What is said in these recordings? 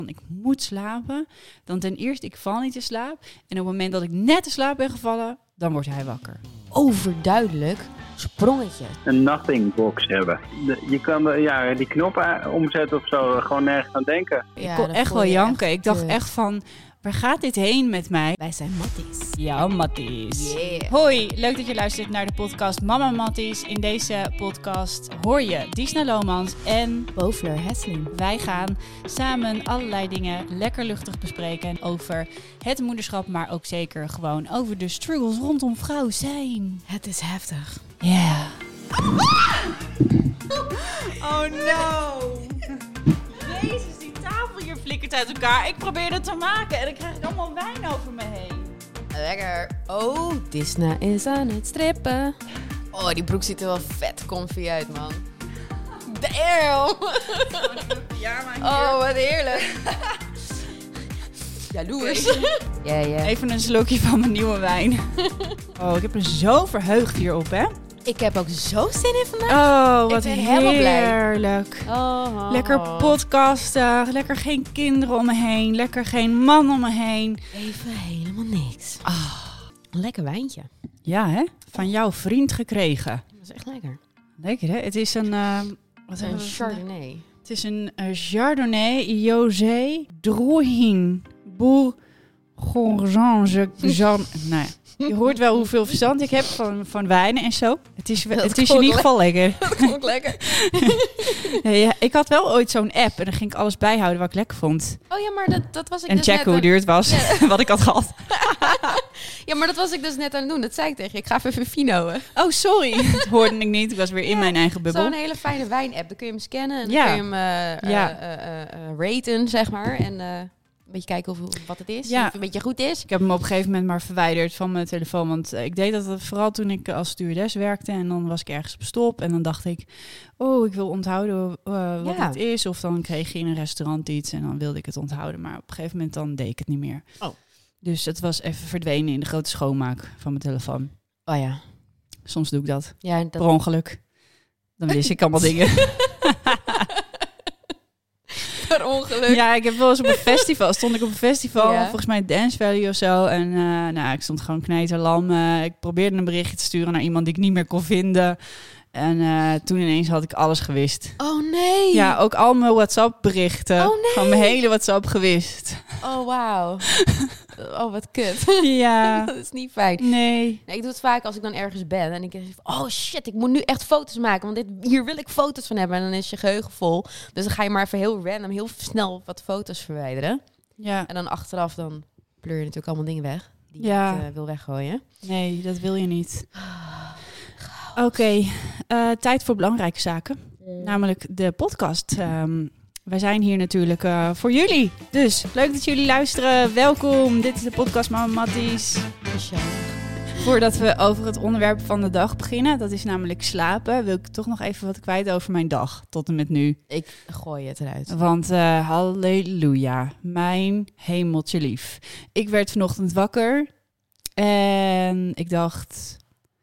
Ik moet slapen. Dan ten eerste, ik val niet in slaap. En op het moment dat ik net in slaap ben gevallen, dan wordt hij wakker. Overduidelijk sprongetje. Een nothing box hebben. Je kan die knoppen omzetten of zo, gewoon nergens aan denken. Ik kon echt wel janken. Ik dacht echt van, waar gaat dit heen met mij? Wij zijn Matties. Ja, Matties. Yeah. Hoi, leuk dat je luistert naar de podcast Mama Matties. In deze podcast hoor je Diesna Lomans en Bo Fleur Hesseling. wij gaan samen allerlei dingen lekker luchtig bespreken over het moederschap, maar ook zeker gewoon over de struggles rondom vrouw zijn. Het is heftig. Ja. Yeah. Oh no. Jezus, die tafel hier flikkert uit elkaar. Ik probeer het te maken en dan krijg ik allemaal wijn over me heen. Lekker. Oh, Diesna is aan het strippen. Oh, die broek ziet er wel vet comfy uit, man. Damn. Oh, wat heerlijk. Jaloers. Ja. Even een slokje van mijn nieuwe wijn. Oh, ik heb me zo verheugd hierop, hè? Ik heb ook zo zin in vandaag. Oh, wat ben helemaal blij. heerlijk. Oh. Lekker podcasten, lekker geen kinderen om me heen, lekker geen man om me heen. Even helemaal niks. Lekker wijntje. Ja, hè? Van jouw vriend gekregen. Dat is echt lekker. Lekker, hè? Het is een... wat Een Chardonnay. Het is een Chardonnay José Drouhin Bourgogne. Nee. Je hoort wel hoeveel verstand ik heb van wijnen en zo. Het is in ieder geval lekker. Dat klonk lekker. Ja, ik had wel ooit zo'n app en dan ging ik alles bijhouden wat ik lekker vond. Oh ja, maar dat was ik En dus checken net hoe duur het was, Ja. wat ik had gehad. Ja, maar dat was ik dus net aan het doen. Dat zei ik tegen je. Ik ga even Fino'en. Oh, sorry. Dat hoorde ik niet. Ik was weer in mijn eigen bubbel. Zo'n hele fijne wijn-app. Dan kun je hem scannen en dan Ja. kun je hem raten, zeg maar. En een beetje kijken wat het is. Ja. Of het een beetje goed is. Ik heb hem op een gegeven moment maar verwijderd van mijn telefoon. Want ik deed dat vooral toen ik als stewardess werkte. En dan was ik ergens op stop. En dan dacht ik, oh, ik wil onthouden wat het is. Of dan kreeg je in een restaurant iets en dan wilde ik het onthouden. Maar op een gegeven moment dan deed ik het niet meer. Oh. Dus het was even verdwenen in de grote schoonmaak van mijn telefoon. Oh ja. Soms doe ik dat. Ja, Per ongeluk. Dan wist ik allemaal dingen. per ongeluk. Ja, ik heb wel eens op een festival. Stond ik op een festival, Ja. volgens mij Dance Valley of zo. En ik stond gewoon knijterlam. Ik probeerde een berichtje te sturen naar iemand die ik niet meer kon vinden. En toen ineens had ik alles gewist. Oh nee. Ja, ook al mijn WhatsApp-berichten. Oh, nee. Van mijn hele WhatsApp gewist. Oh wauw. Oh, wat kut. Ja. Dat is niet fijn. Nee. Nee, ik doe het vaak als ik dan ergens ben en ik denk van, oh shit, ik moet nu echt foto's maken, want hier wil ik foto's van hebben. En dan is je geheugen vol. Dus dan ga je maar even heel random, heel snel wat foto's verwijderen. Ja. En dan achteraf dan pleur je natuurlijk allemaal dingen weg die Ja. je niet wil weggooien. Nee, dat wil je niet. Oké, tijd voor belangrijke zaken. Namelijk de podcast. Wij zijn hier natuurlijk voor jullie. Dus leuk dat jullie luisteren. Welkom. Dit is de podcast Mama Matties. Voordat we over het onderwerp van de dag beginnen, dat is namelijk slapen, wil ik toch nog even wat kwijt over mijn dag tot en met nu. Ik gooi het eruit. Want halleluja, mijn hemeltje lief. Ik werd vanochtend wakker en ik dacht,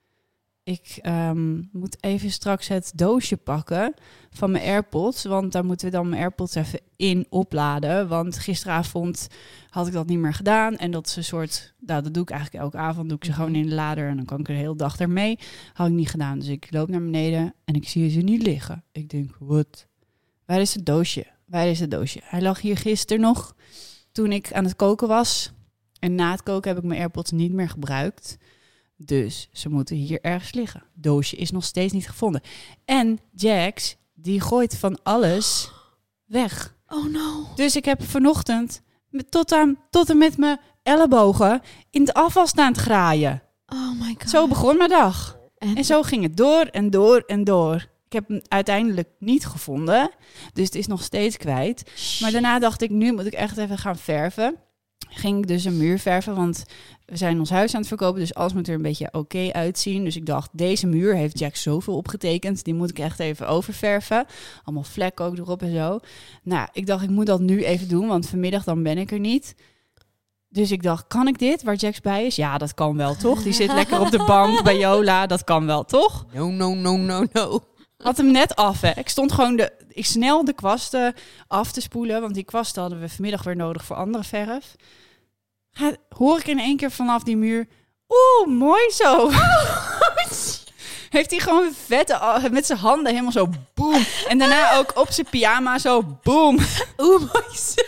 ik moet even straks het doosje pakken van mijn AirPods. Want daar moeten we dan mijn AirPods even in opladen. Want gisteravond had ik dat niet meer gedaan. En dat is een soort, nou, dat doe ik eigenlijk elke avond. Doe ik ze gewoon in de lader en dan kan ik er de hele dag ermee. Had ik niet gedaan. Dus ik loop naar beneden en ik zie ze niet liggen. Ik denk, wat? Waar is het doosje? Waar is het doosje? Hij lag hier gisteren nog toen ik aan het koken was. En na het koken heb ik mijn AirPods niet meer gebruikt. Dus ze moeten hier ergens liggen. Doosje is nog steeds niet gevonden. En Jax, die gooit van alles weg. Oh no. Dus ik heb vanochtend tot en met mijn ellebogen in het afval staan te graaien. Oh my god. Zo begon mijn dag. En En zo ging het door en door en door. Ik heb hem uiteindelijk niet gevonden. Dus het is nog steeds kwijt. Maar daarna dacht ik, nu moet ik echt even gaan verven. Ging ik dus een muur verven, want we zijn ons huis aan het verkopen, dus alles moet er een beetje oké uitzien. Dus ik dacht, deze muur heeft Jack zoveel opgetekend, die moet ik echt even oververven. Allemaal vlekken ook erop en zo. Nou, ik dacht, ik moet dat nu even doen, want vanmiddag dan ben ik er niet. Dus ik dacht, kan ik dit, waar Jax bij is? Ja, dat kan wel, toch? Die zit lekker op de bank bij Jola, dat kan wel, toch? No. Had hem net af, hè. Ik stond gewoon snel de kwasten af te spoelen. Want die kwasten hadden we vanmiddag weer nodig voor andere verf. Hoor ik in één keer vanaf die muur... Oeh, mooi zo. Heeft hij gewoon vette... Met zijn handen helemaal zo boem. En daarna ook op zijn pyjama zo boem. Oeh, mooi zo.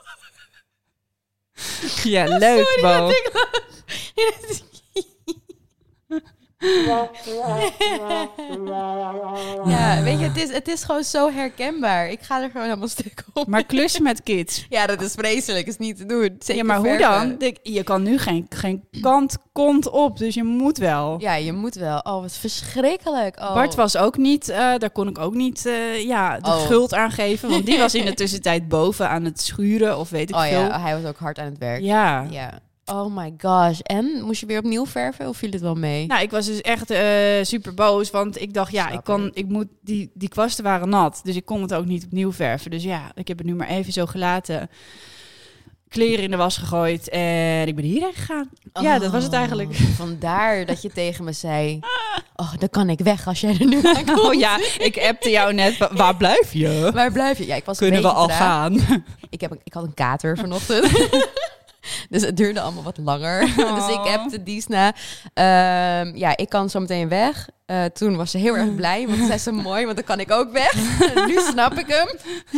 Ja, leuk, Bo. Ja, weet je, het is gewoon zo herkenbaar. Ik ga er gewoon helemaal stuk op. Maar klussen met kids. Ja, dat is vreselijk. Is niet te doen. Zeker Ja, maar hoe verven. dan? Je kan nu geen kont op, dus je moet wel. Ja, je moet wel. Oh, wat verschrikkelijk. Oh. Bart was ook niet, daar kon ik ook niet de schuld aan geven. Want die was in de tussentijd boven aan het schuren of weet ik veel. Ja, hij was ook hard aan het werk. Ja. Ja. Oh my gosh. En? Moest je weer opnieuw verven of viel het wel mee? Nou, ik was dus echt super boos, want ik dacht, die kwasten waren nat. Dus ik kon het ook niet opnieuw verven. Dus ja, ik heb het nu maar even zo gelaten. Kleren in de was gegooid en ik ben hierheen gegaan. Ja, dat was het eigenlijk. Vandaar dat je tegen me zei... Oh, dan kan ik weg als jij er nu aan komt. Oh ja, ik appte jou net. Waar blijf je? Waar blijf je? Ja, ik was Kunnen we al traag. gaan? Ik had een kater vanochtend. Dus het duurde allemaal wat langer. Dus ik appte Diesna. Ik kan zo meteen weg. Toen was ze heel erg blij. Want ze zei zo mooi, want dan kan ik ook weg. Nu snap ik hem.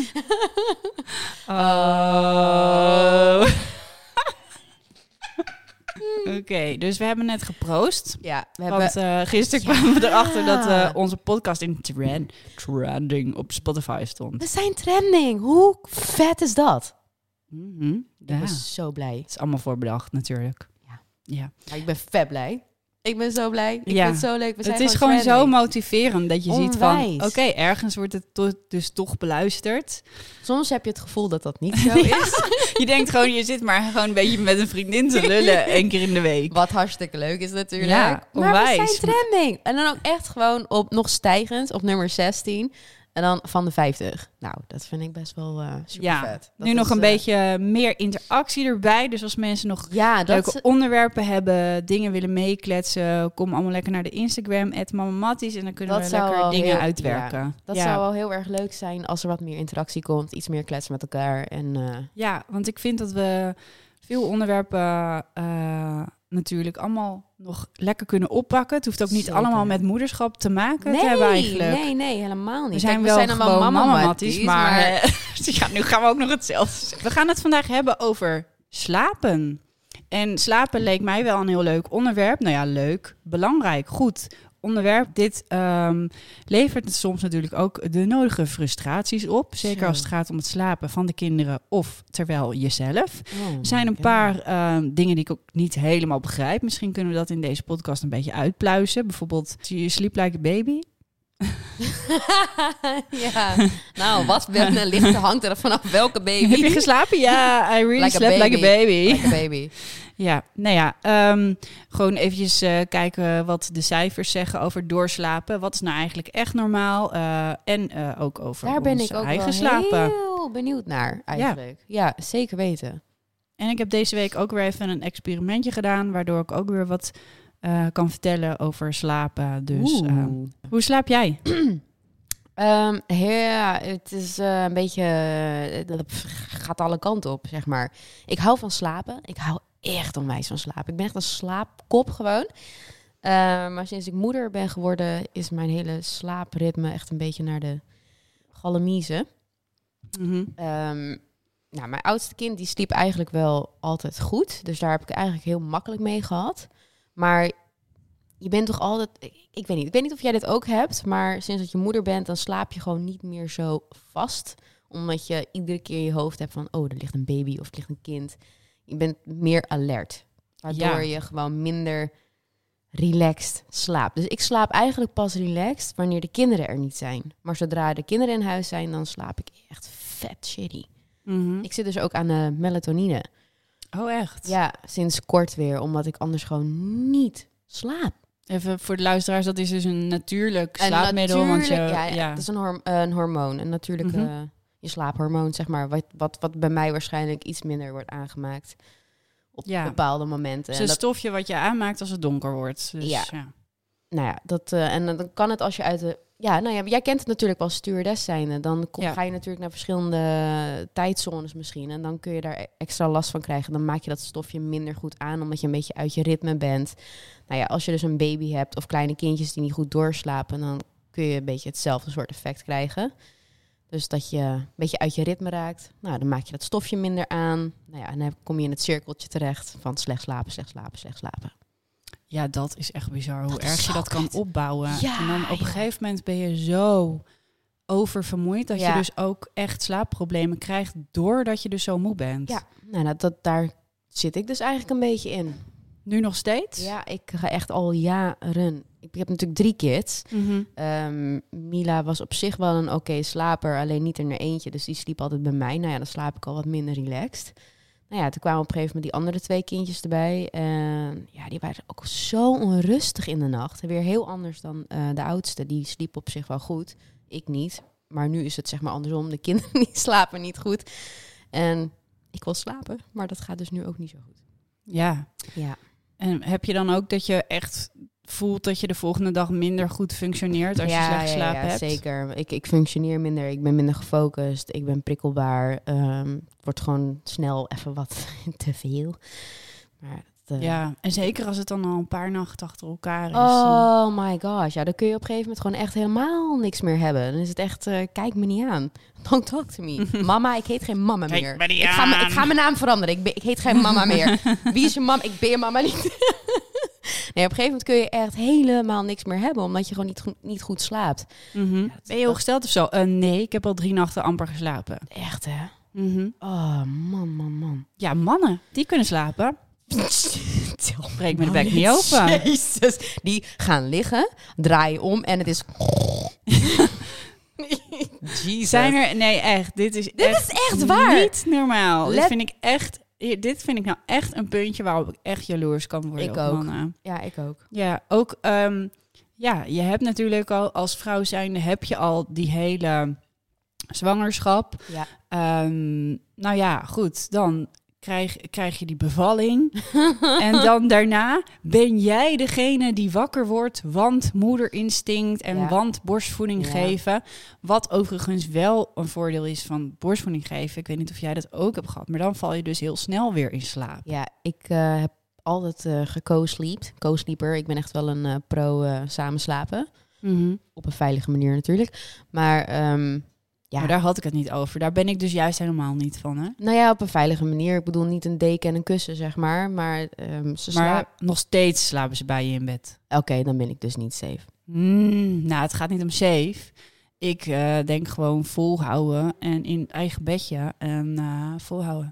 Oh. Oké, dus we hebben net geproost. Ja, Want gisteren kwamen we erachter dat onze podcast in trending op Spotify stond. We zijn trending. Hoe vet is dat? Ja. Ik ben zo blij. Het is allemaal voorbedacht natuurlijk. Ja. Maar ik ben vet blij. Ik ben zo blij. Ik vind het zo leuk. We zijn het is gewoon trending. zo motiverend dat je ziet van... Onwijs. Oké, ergens wordt het dus toch beluisterd. Soms heb je het gevoel dat dat niet zo is. Je denkt gewoon, je zit maar gewoon een beetje met een vriendin te lullen 1 keer in de week. Wat hartstikke leuk is natuurlijk. Ja, maar onwijs. we zijn trending. En dan ook echt gewoon op nog stijgend op nummer 16. En dan van de 50. Nou, dat vind ik best wel super vet. Dat nu nog is, een beetje meer interactie erbij. Dus als mensen nog leuke onderwerpen hebben, dingen willen meekletsen, kom allemaal lekker naar de Instagram, @mamamatties. En dan kunnen we lekker dingen uitwerken. Ja, dat zou wel heel erg leuk zijn als er wat meer interactie komt. Iets meer kletsen met elkaar. En, Ja, want ik vind dat we veel onderwerpen natuurlijk allemaal nog lekker kunnen oppakken. Het hoeft ook niet allemaal met moederschap te maken te hebben eigenlijk. Nee, helemaal niet. We zijn Kijk, wel dan gewoon mamamatties, maar maar... nu gaan we ook nog hetzelfde. We gaan het vandaag hebben over slapen. En slapen leek mij wel een heel leuk onderwerp. Nou ja, leuk, belangrijk, goed onderwerp. Dit levert soms natuurlijk ook de nodige frustraties op. Zeker als het gaat om het slapen van de kinderen of terwijl jezelf. Er zijn een paar dingen die ik ook niet helemaal begrijp. Misschien kunnen we dat in deze podcast een beetje uitpluizen. Bijvoorbeeld, you sleep like a baby. Ja, nou, wat ligt hangt er vanaf welke baby. Heb je geslapen? Ja, I really slept like a baby. Like a baby. Ja, nou ja, gewoon eventjes kijken wat de cijfers zeggen over doorslapen. Wat is nou eigenlijk echt normaal? En ook over daar ben ons ik ook eigen wel slapen. heel benieuwd naar eigenlijk. Ja, zeker weten. En ik heb deze week ook weer even een experimentje gedaan, waardoor ik ook weer wat kan vertellen over slapen. Dus hoe slaap jij? Ja, het is een beetje... dat gaat alle kanten op, zeg maar. Ik hou van slapen. Ik hou echt onwijs van slapen. Ik ben echt een slaapkop gewoon. Maar sinds ik moeder ben geworden, is mijn hele slaapritme echt een beetje naar de galamiezen. Nou, mijn oudste kind die sliep eigenlijk wel altijd goed. Dus daar heb ik eigenlijk heel makkelijk mee gehad. Maar je bent toch altijd... Ik weet niet of jij dit ook hebt, maar sinds dat je moeder bent, dan slaap je gewoon niet meer zo vast. Omdat je iedere keer in je hoofd hebt van, oh, er ligt een baby of er ligt een kind. Je bent meer alert. Waardoor je gewoon minder relaxed slaapt. Dus ik slaap eigenlijk pas relaxed wanneer de kinderen er niet zijn. Maar zodra de kinderen in huis zijn, dan slaap ik echt vet shitty. Ik zit dus ook aan melatonine. Oh, echt? Ja, sinds kort weer, omdat ik anders gewoon niet slaap. Even voor de luisteraars, dat is dus een natuurlijk slaapmiddel. Het is een hormoon. Een natuurlijk je slaaphormoon, zeg maar. Wat bij mij waarschijnlijk iets minder wordt aangemaakt op bepaalde momenten. Het is een stofje wat je aanmaakt als het donker wordt. Dus, Nou ja, en dan kan het als je uit de jij kent het natuurlijk wel stewardess zijnde. Dan Ja. ga je natuurlijk naar verschillende tijdzones misschien. En dan kun je daar extra last van krijgen. Dan maak je dat stofje minder goed aan, omdat je een beetje uit je ritme bent. Nou ja, als je dus een baby hebt of kleine kindjes die niet goed doorslapen, dan kun je een beetje hetzelfde soort effect krijgen. Dus dat je een beetje uit je ritme raakt. Nou, dan maak je dat stofje minder aan. Nou ja, en dan kom je in het cirkeltje terecht van slecht slapen, slecht slapen, slecht slapen. Ja, dat is echt bizar hoe Dat is erg je zo dat kan kut. opbouwen. Ja, en dan op een joh. gegeven moment ben je zo oververmoeid dat je Ja. dus ook echt slaapproblemen krijgt doordat je dus zo moe bent. Ja, nou, daar zit ik dus eigenlijk een beetje in. Nu nog steeds? Ja, ik ga echt al jaren. Ik heb natuurlijk 3 kids. Mhm. Mila was op zich wel een oké slaper, alleen niet in haar eentje. Dus die sliep altijd bij mij. Nou ja, dan slaap ik al wat minder relaxed. Nou ja, toen kwamen op een gegeven moment die andere 2 kindjes erbij. En ja, die waren ook zo onrustig in de nacht. Weer heel anders dan de oudste. Die sliep op zich wel goed. Ik niet. Maar nu is het zeg maar andersom. De kinderen die slapen niet goed. En ik wil slapen, maar dat gaat dus nu ook niet zo goed. Ja. Ja. En heb je dan ook dat je echt voelt dat je de volgende dag minder goed functioneert als je slecht slaap hebt? Zeker. Ik functioneer minder, ik ben minder gefocust, ik ben prikkelbaar. Het wordt gewoon snel even wat te veel. Maar Ja, en zeker als het dan al een paar nachten achter elkaar is. Oh my gosh, ja, dan kun je op een gegeven moment gewoon echt helemaal niks meer hebben. Dan is het echt, kijk me niet aan. Don't talk to me. Mama, ik heet geen mama Kijk meer. me niet Ik ga mijn naam veranderen. Ik heet geen mama meer. Wie is je mama? Ik ben je mama niet. Nee, op een gegeven moment kun je echt helemaal niks meer hebben, omdat je gewoon niet goed slaapt. Mhm. Ben je ongesteld of zo? Nee, ik heb al 3 nachten amper geslapen. Echt, hè? Mhm. Oh, man. Ja, mannen, die kunnen slapen. Breek me de bek niet open. Jezus. Die gaan liggen, draaien om en het is... Jesus. Zijn er... Nee, echt. Dit is echt waar. Niet normaal. Let- Dit vind ik nou echt een puntje waarop ik echt jaloers kan worden. Ik op ook. mannen. Ja, ik ook. Ja, ook... je hebt natuurlijk al als vrouw zijnde heb je al die hele zwangerschap. Ja. Nou ja, goed. Dan krijg je die bevalling. En dan daarna ben jij degene die wakker wordt, want moederinstinct en Ja. want borstvoeding Ja. geven. Wat overigens wel een voordeel is van borstvoeding geven. Ik weet niet of jij dat ook hebt gehad, maar dan val je dus heel snel weer in slaap. Ja, ik heb altijd co-sleeper. Ik ben echt wel een pro samen slapen. Op een veilige manier natuurlijk. Maar ja. Maar daar had ik het niet over. Daar ben ik dus juist helemaal niet van, hè? Nou ja, op een veilige manier. Ik bedoel niet een deken en een kussen, zeg maar. Maar ze Maar slapen... nog steeds slapen ze bij je in bed. Oké, dan ben ik dus niet safe. Nou, het gaat niet om safe. Ik denk gewoon volhouden en in het eigen bedje en volhouden.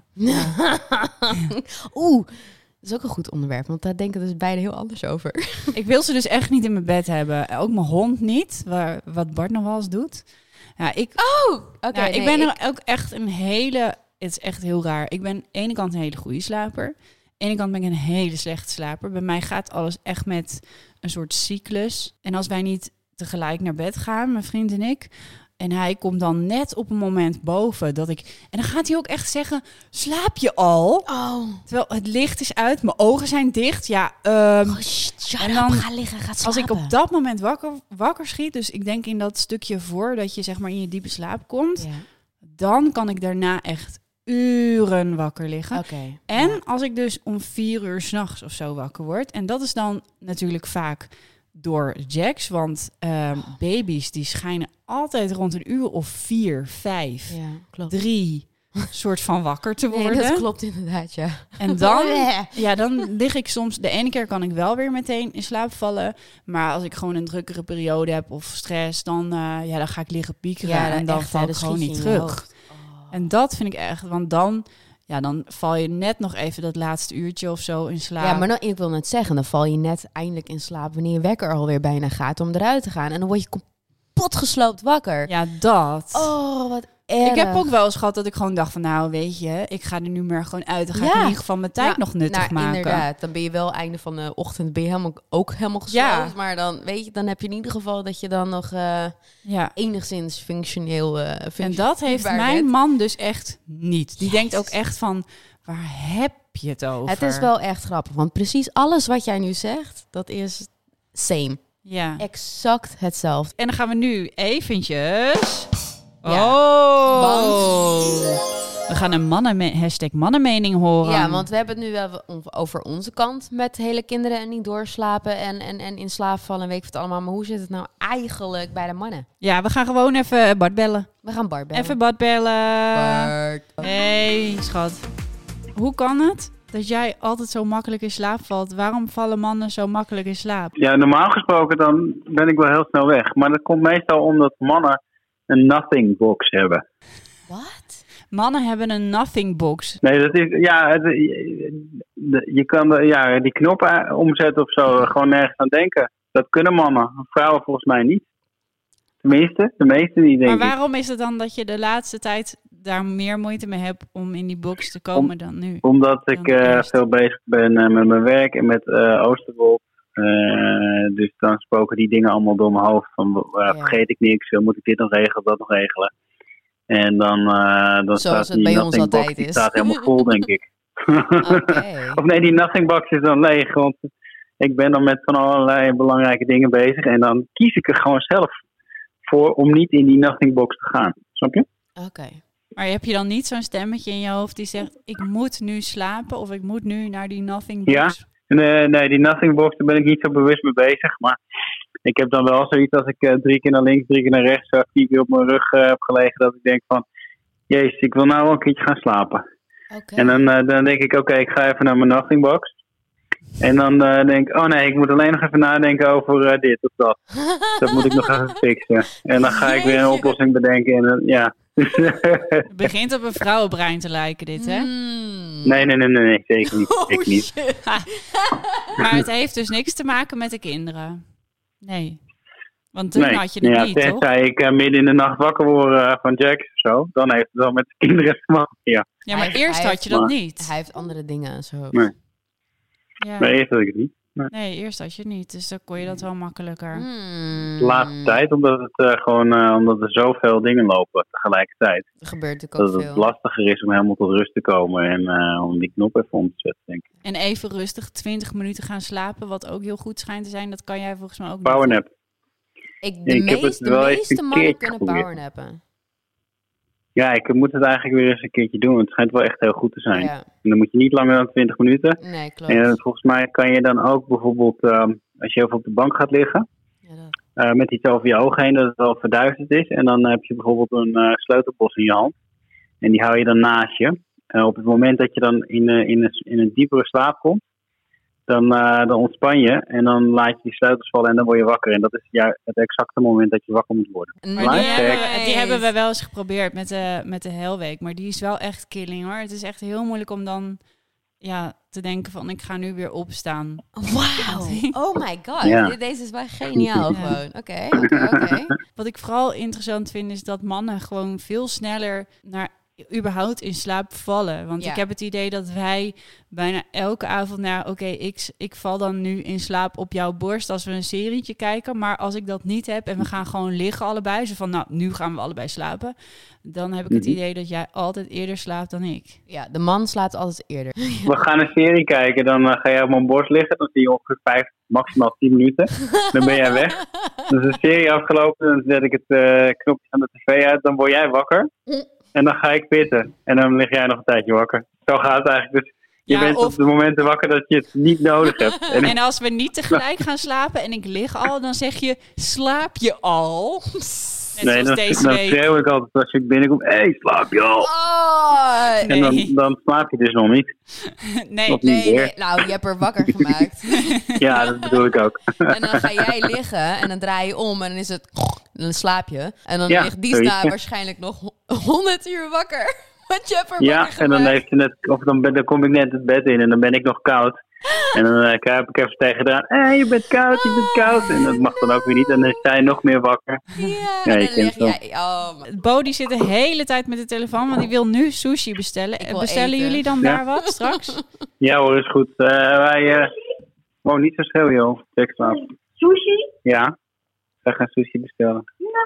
Oeh, dat is ook een goed onderwerp. Want daar denken dus beide heel anders over. Ik wil ze dus echt niet in mijn bed hebben. Ook mijn hond niet, wat Bart nog wel eens doet. Ja, ik ben er ook echt een hele... Het is echt heel raar. Ik ben aan de ene kant een hele goede slaper. Aan de ene kant ben ik een hele slechte slaper. Bij mij gaat alles echt met een soort cyclus. En als wij niet tegelijk naar bed gaan, mijn vriend en ik... En hij komt dan net op een moment boven dat ik... En dan gaat hij ook echt zeggen, slaap je al? Oh. Terwijl het licht is uit, mijn ogen zijn dicht. Ja, En dan ga liggen, ga slapen. als ik op dat moment wakker schiet... Dus ik denk in dat stukje voordat je zeg maar in je diepe slaap komt... Ja. Dan kan ik daarna echt uren wakker liggen. Oké. En Ja. als ik dus om 4 uur 's nachts of zo wakker word... En dat is dan natuurlijk vaak door Jax. Want baby's die schijnen altijd rond een uur of 4, 5, Ja, klopt. 3 soort van wakker te worden. Nee, dat klopt inderdaad, ja. En dan lig ik soms... De ene keer kan ik wel weer meteen in slaap vallen. Maar als ik gewoon een drukkere periode heb of stress... Dan ga ik liggen piekeren en dan val ik gewoon niet terug. En dat vind ik echt... Want dan val je net nog even dat laatste uurtje of zo in slaap. Ja, maar dan, ik wil net zeggen, dan val je net eindelijk in slaap... wanneer je wekker alweer bijna gaat om eruit te gaan. En dan word je kapot gesloopt wakker. Ja, dat. Oh, wat erg. Ik heb ook wel eens gehad dat ik gewoon dacht van... Nou, weet je, ik ga er nu maar gewoon uit. Dan ga ik in ieder geval mijn tijd nog nuttig maken. Inderdaad, dan ben je wel einde van de ochtend... ben je helemaal gesloopt. Ja. Maar dan, weet je, dan heb je in ieder geval... dat je dan nog enigszins functioneel... En dat heeft bent. mijn man dus echt niet. Die denkt ook echt van... Waar heb je het over? Het is wel echt grappig, want precies alles wat jij nu zegt... dat is same. Ja. Exact hetzelfde. En dan gaan we nu eventjes... Ja, We gaan een hashtag mannenmening horen. Ja, want we hebben het nu wel over onze kant met hele kinderen en niet doorslapen en in slaap vallen en weet ik wat allemaal. Maar hoe zit het nou eigenlijk bij de mannen? Ja, we gaan gewoon even Bart bellen. We gaan Bart bellen. Even Bart bellen. Bart. Hey, schat. Hoe kan het dat jij altijd zo makkelijk in slaap valt? Waarom vallen mannen zo makkelijk in slaap? Ja, normaal gesproken dan ben ik wel heel snel weg. Maar dat komt meestal omdat mannen een nothing box hebben. Wat? Mannen hebben een nothing box. Nee, dat is... Ja, je kan die knoppen omzetten of zo. Gewoon nergens aan denken. Dat kunnen mannen. Vrouwen volgens mij niet. Tenminste, de meeste niet, denk ik. Maar waarom is het dan dat je de laatste tijd daar meer moeite mee hebt om in die box te komen dan nu? Omdat ik veel bezig ben met mijn werk en met Oosterwolde. Dus dan spoken die dingen allemaal door mijn hoofd. Van vergeet ik niks, moet ik dit nog regelen, dat nog regelen. En dan staat het bij ons altijd box, die is. staat helemaal vol, denk ik. Okay. Of nee, die nothing box is dan leeg. Want ik ben dan met van allerlei belangrijke dingen bezig. En dan kies ik er gewoon zelf voor om niet in die nothing box te gaan. Snap je? Oké. Maar heb je dan niet zo'n stemmetje in je hoofd die zegt... ik moet nu slapen of ik moet nu naar die nothing box? Ja, nee, die nothing box, daar ben ik niet zo bewust mee bezig. Maar ik heb dan wel zoiets als ik 3 keer naar links, 3 keer naar rechts, 4 keer op mijn rug heb gelegen. Dat ik denk van, jezus, ik wil nou wel een keertje gaan slapen. Okay. En dan denk ik, oké, ik ga even naar mijn nothing box. En dan denk ik, oh nee, ik moet alleen nog even nadenken over dit of dat. Dat moet ik nog even fixen. En dan ga ik weer een oplossing bedenken. En ja. Het begint op een vrouwenbrein te lijken dit, hè? Nee, zeker niet. Zeker niet. Maar het heeft dus niks te maken met de kinderen. Nee. Want toen had je het niet, toch? Tenzij ik midden in de nacht wakker word van Jack of zo, dan heeft het wel met de kinderen te maken, ja. Ja, maar eerst had je dat niet. Hij heeft andere dingen en zo. Nee. Ja. Maar eerst had ik het niet. Nee, eerst had je het niet. Dus dan kon je dat wel makkelijker. De laatste tijd, omdat het omdat er zoveel dingen lopen tegelijkertijd. Er gebeurt natuurlijk ook dat veel. Het lastiger is om helemaal tot rust te komen en om die knop even om te zetten, denk ik. En even rustig 20 minuten gaan slapen, wat ook heel goed schijnt te zijn. Dat kan jij volgens mij ook Powernap. De meeste mannen kunnen powernappen. Ja, ik moet het eigenlijk weer eens een keertje doen. Het schijnt wel echt heel goed te zijn. Ja. En dan moet je niet langer dan 20 minuten. Nee, klopt. En volgens mij kan je dan ook bijvoorbeeld, als je even op de bank gaat liggen, met iets over je ogen heen, dat het wel verduisterd is. En dan heb je bijvoorbeeld een sleutelbos in je hand. En die hou je dan naast je. Op het moment dat je dan in een diepere slaap komt, dan ontspan je en dan laat je die sleutels vallen en dan word je wakker. En dat is het exacte moment dat je wakker moet worden. Maar die hebben we wel eens geprobeerd met de Helweek. Maar die is wel echt killing, hoor. Het is echt heel moeilijk om dan te denken van ik ga nu weer opstaan. Wauw. Oh my god. Ja. Deze is wel geniaal gewoon. Oké. Wat ik vooral interessant vind is dat mannen gewoon veel sneller naar überhaupt in slaap vallen. Want ik heb het idee dat wij bijna elke avond ik val dan nu in slaap op jouw borst als we een serietje kijken. Maar als ik dat niet heb en we gaan gewoon liggen allebei, zo van nu gaan we allebei slapen, dan heb ik het idee dat jij altijd eerder slaapt dan ik. Ja, de man slaapt altijd eerder. We gaan een serie kijken, dan ga jij op mijn borst liggen, dan zie je ongeveer 5, maximaal 10 minuten. Dan ben jij weg. Dan is de serie afgelopen, dan zet ik het knopje van de tv uit, dan word jij wakker. En dan ga ik pitten. En dan lig jij nog een tijdje wakker. Zo gaat het eigenlijk. Dus je bent op de momenten wakker dat je het niet nodig hebt. En als we niet tegelijk gaan slapen en ik lig al, dan zeg je, slaap je al? Nee, dan schreeuw ik altijd als ik binnenkom, slaap je al? Oh, en dan slaap je dus nog niet. Nee. Nou, je hebt er wakker gemaakt. Ja, dat bedoel ik ook. En dan ga jij liggen en dan draai je om en dan is het... Dan slaap je. En dan ligt die waarschijnlijk nog 100 uur wakker. Want je hebt er wakker gemaakt. En dan heeft je net... Of dan kom ik net het bed in en dan ben ik nog koud. En dan kruip ik even tegen gedaan. Je bent koud, je bent koud. En dat mag dan ook weer niet. En dan is hij nog meer wakker. Ja, en dan lig jij... Bo die zit de hele tijd met de telefoon, want die wil nu sushi bestellen. Bestellen jullie dan daar wat straks? Ja hoor, is goed. Wij... niet zo schreeuwen, joh. Sushi? Ja. Wij gaan sushi bestellen.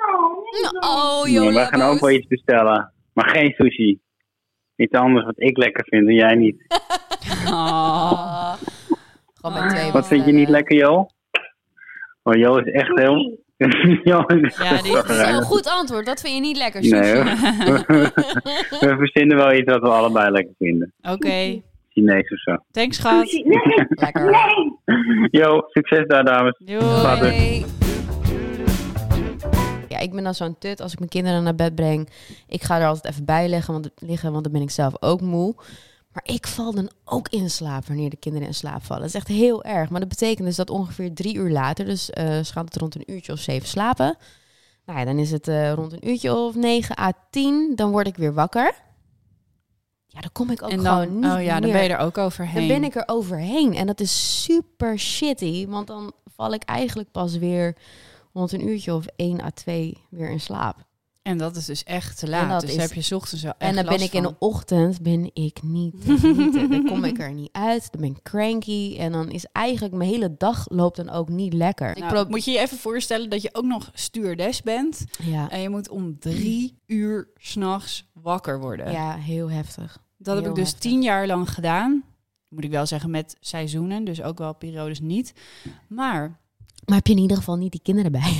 Wij gaan ook wel iets bestellen. Maar geen sushi. Iets anders wat ik lekker vind en jij niet. Gewoon met 2 Wat vind je niet lekker, joh? Oh, Jo is echt heel... Jo is Ja, die- Dat is een goed antwoord. Dat vind je niet lekker, Nee sushi. hoor. We verzinnen wel iets wat we allebei lekker vinden. Oké. Chinees of zo. Thanks, schat. Sushi. Nee, Lekker. nee. Jo, succes daar, dames. Doei. Later. Hoi. Ja, ik ben dan zo'n tut als ik mijn kinderen naar bed breng. Ik ga er altijd even bij liggen, want dan ben ik zelf ook moe. Maar ik val dan ook in slaap wanneer de kinderen in slaap vallen. Dat is echt heel erg. Maar dat betekent dus dat ongeveer 3 uur later, dus ze gaat het rond een uurtje of 7 slapen. Nou ja, dan is het rond een uurtje of 9 à 10. Dan word ik weer wakker. Ja, dan kom ik ook En gewoon dan, niet dan meer. ben je er ook overheen. Dan ben ik er overheen. En dat is super shitty. Want dan val ik eigenlijk pas weer rond een uurtje of 1 à 2 weer in slaap. En dat is dus echt te En laat. dat Dus is- daar heb je 's ochtends wel echt En dan ben last ik in van. de ochtend niet te genieten. Dan kom ik er niet uit. Dan ben ik cranky. En dan is eigenlijk mijn hele dag loopt dan ook niet lekker. Nou, moet je je even voorstellen dat je ook nog stewardess bent. Ja, En je moet om 3 uur 's nachts wakker worden. ja, heel heftig. Dat heb heel ik dus heftig. 10 jaar lang gedaan. Moet ik wel zeggen, met seizoenen. Dus ook wel periodes niet. Maar Maar heb je in ieder geval niet die kinderen bij?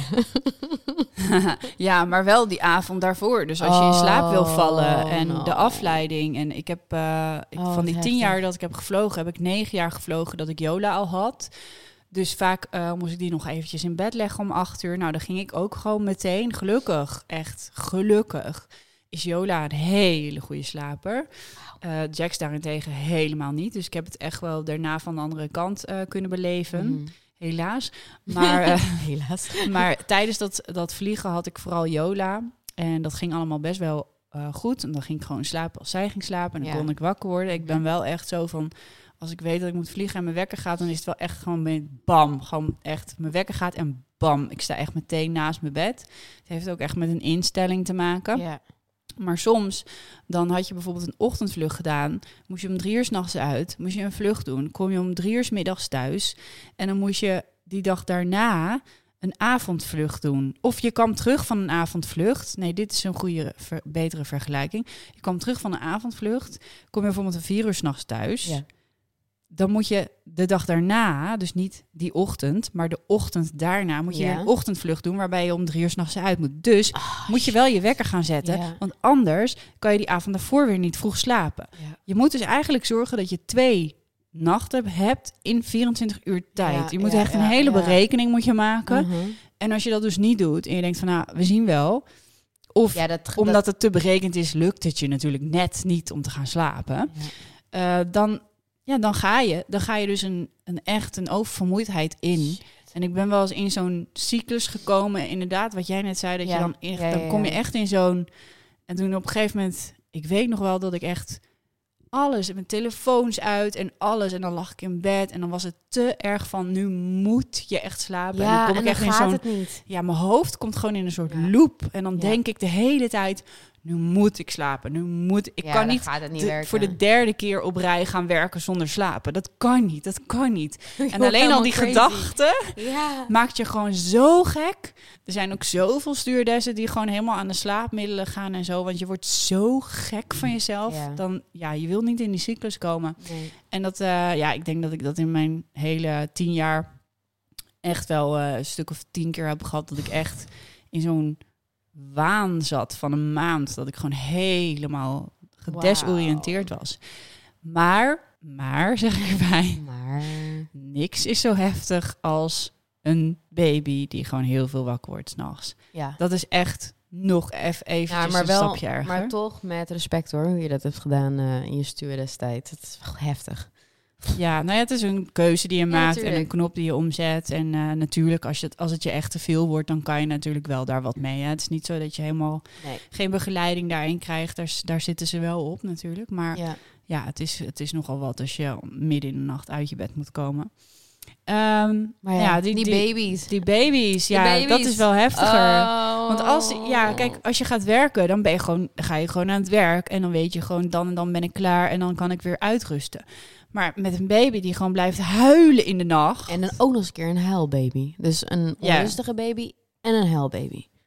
ja, maar wel die avond daarvoor. Dus als je in slaap wil vallen en no. de afleiding. En ik heb van die wat 10 jaar heftig. dat ik heb gevlogen, heb ik 9 jaar gevlogen dat ik Yola al had. Dus vaak moest ik die nog eventjes in bed leggen om 8 uur. Nou, dan ging ik ook gewoon meteen. Gelukkig, echt gelukkig, is Yola een hele goede slaper. Jax daarentegen helemaal niet. Dus ik heb het echt wel daarna van de andere kant kunnen beleven. Mhm. Helaas. Maar, Helaas. maar tijdens dat vliegen had ik vooral Yola. En dat ging allemaal best wel goed. En dan ging ik gewoon slapen als zij ging slapen. En dan Ja. kon ik wakker worden. Ik ben wel echt zo van... Als ik weet dat ik moet vliegen en mijn wekker gaat... dan is het wel echt gewoon bam. Gewoon echt, mijn wekker gaat en bam. Ik sta echt meteen naast mijn bed. Het heeft ook echt met een instelling te maken. Ja. Maar soms, dan had je bijvoorbeeld een ochtendvlucht gedaan. Moest je om 3 uur 's nachts uit. Moest je een vlucht doen. Kom je om 3 uur 's middags thuis. En dan moest je die dag daarna een avondvlucht doen. Of je kwam terug van een avondvlucht. Nee, dit is een goede, betere vergelijking. Je kwam terug van een avondvlucht. Kom je bijvoorbeeld om 4 uur 's nachts thuis. Ja. Dan moet je de dag daarna, dus niet die ochtend, maar de ochtend daarna, moet je Ja. een ochtendvlucht doen waarbij je om 3 uur 's nachts uit moet. Dus moet je wel je wekker gaan zetten, Ja. want anders kan je die avond daarvoor weer niet vroeg slapen. Ja. Je moet dus eigenlijk zorgen dat je 2 nachten hebt in 24 uur tijd. Ja, je moet ja, echt een ja, hele ja. berekening moet je maken. Mhm. En als je dat dus niet doet en je denkt van nou, we zien wel. Of Ja, dat, omdat het te berekend is, lukt het je natuurlijk net niet om te gaan slapen. Dan ga je dus een oververmoeidheid in. En ik ben wel eens in zo'n cyclus gekomen. Inderdaad, wat jij net zei, dat Ja. je dan echt, Ja, ja, dan kom je ja. echt in zo'n... En toen op een gegeven moment, ik weet nog wel dat ik echt alles, mijn telefoons uit en alles. En dan lag ik in bed en dan was het te erg van, nu moet je echt slapen. en dan Ja, kom en ik dan echt in gaat zo'n... het niet. Ja, mijn hoofd komt gewoon in een soort Ja. loop. En dan Ja. denk ik de hele tijd, nu moet ik slapen. Ik Ja, kan dan niet gaat het niet werken. voor de 3e keer op rij gaan werken zonder slapen. Dat kan niet, dat kan niet. En wordt alleen al helemaal die crazy. gedachte Ja. maakt je gewoon zo gek. Er zijn ook zoveel stuurdessen die gewoon helemaal aan de slaapmiddelen gaan en zo. Want je wordt zo gek van jezelf. Ja. Dan, je wil niet in die cyclus komen. Nee. En dat, ik denk dat ik dat in mijn hele 10 jaar echt wel een stuk of 10 keer heb gehad. Dat ik echt in zo'n waan zat van een maand. Dat ik gewoon helemaal gedesoriënteerd was. Maar zeg ik erbij, Maar niks is zo heftig als een baby die gewoon heel veel wakker wordt 's nachts. ja. Dat is echt nog eventjes maar een wel, stapje erger. maar toch met respect hoor, hoe je dat hebt gedaan in je stewardess-tijd. Het is wel heftig. Ja, het is een keuze die je maakt en tuurlijk. een knop die je omzet. En natuurlijk, als het je echt te veel wordt, dan kan je natuurlijk wel daar wat mee. Hè? Het is niet zo dat je helemaal Nee. geen begeleiding daarin krijgt. Daar zitten ze wel op natuurlijk. Maar Ja. het is nogal wat als je midden in de nacht uit je bed moet komen. Maar die baby's. Die baby's, Die ja, baby's. dat is wel heftiger. Oh. Want als je gaat werken, dan ga je gewoon aan het werk. En dan weet je gewoon, dan en dan ben ik klaar. En dan kan ik weer uitrusten. Maar met een baby die gewoon blijft huilen in de nacht. En dan ook nog eens een keer een huilbaby. Dus een Ja. onrustige baby en een huilbaby.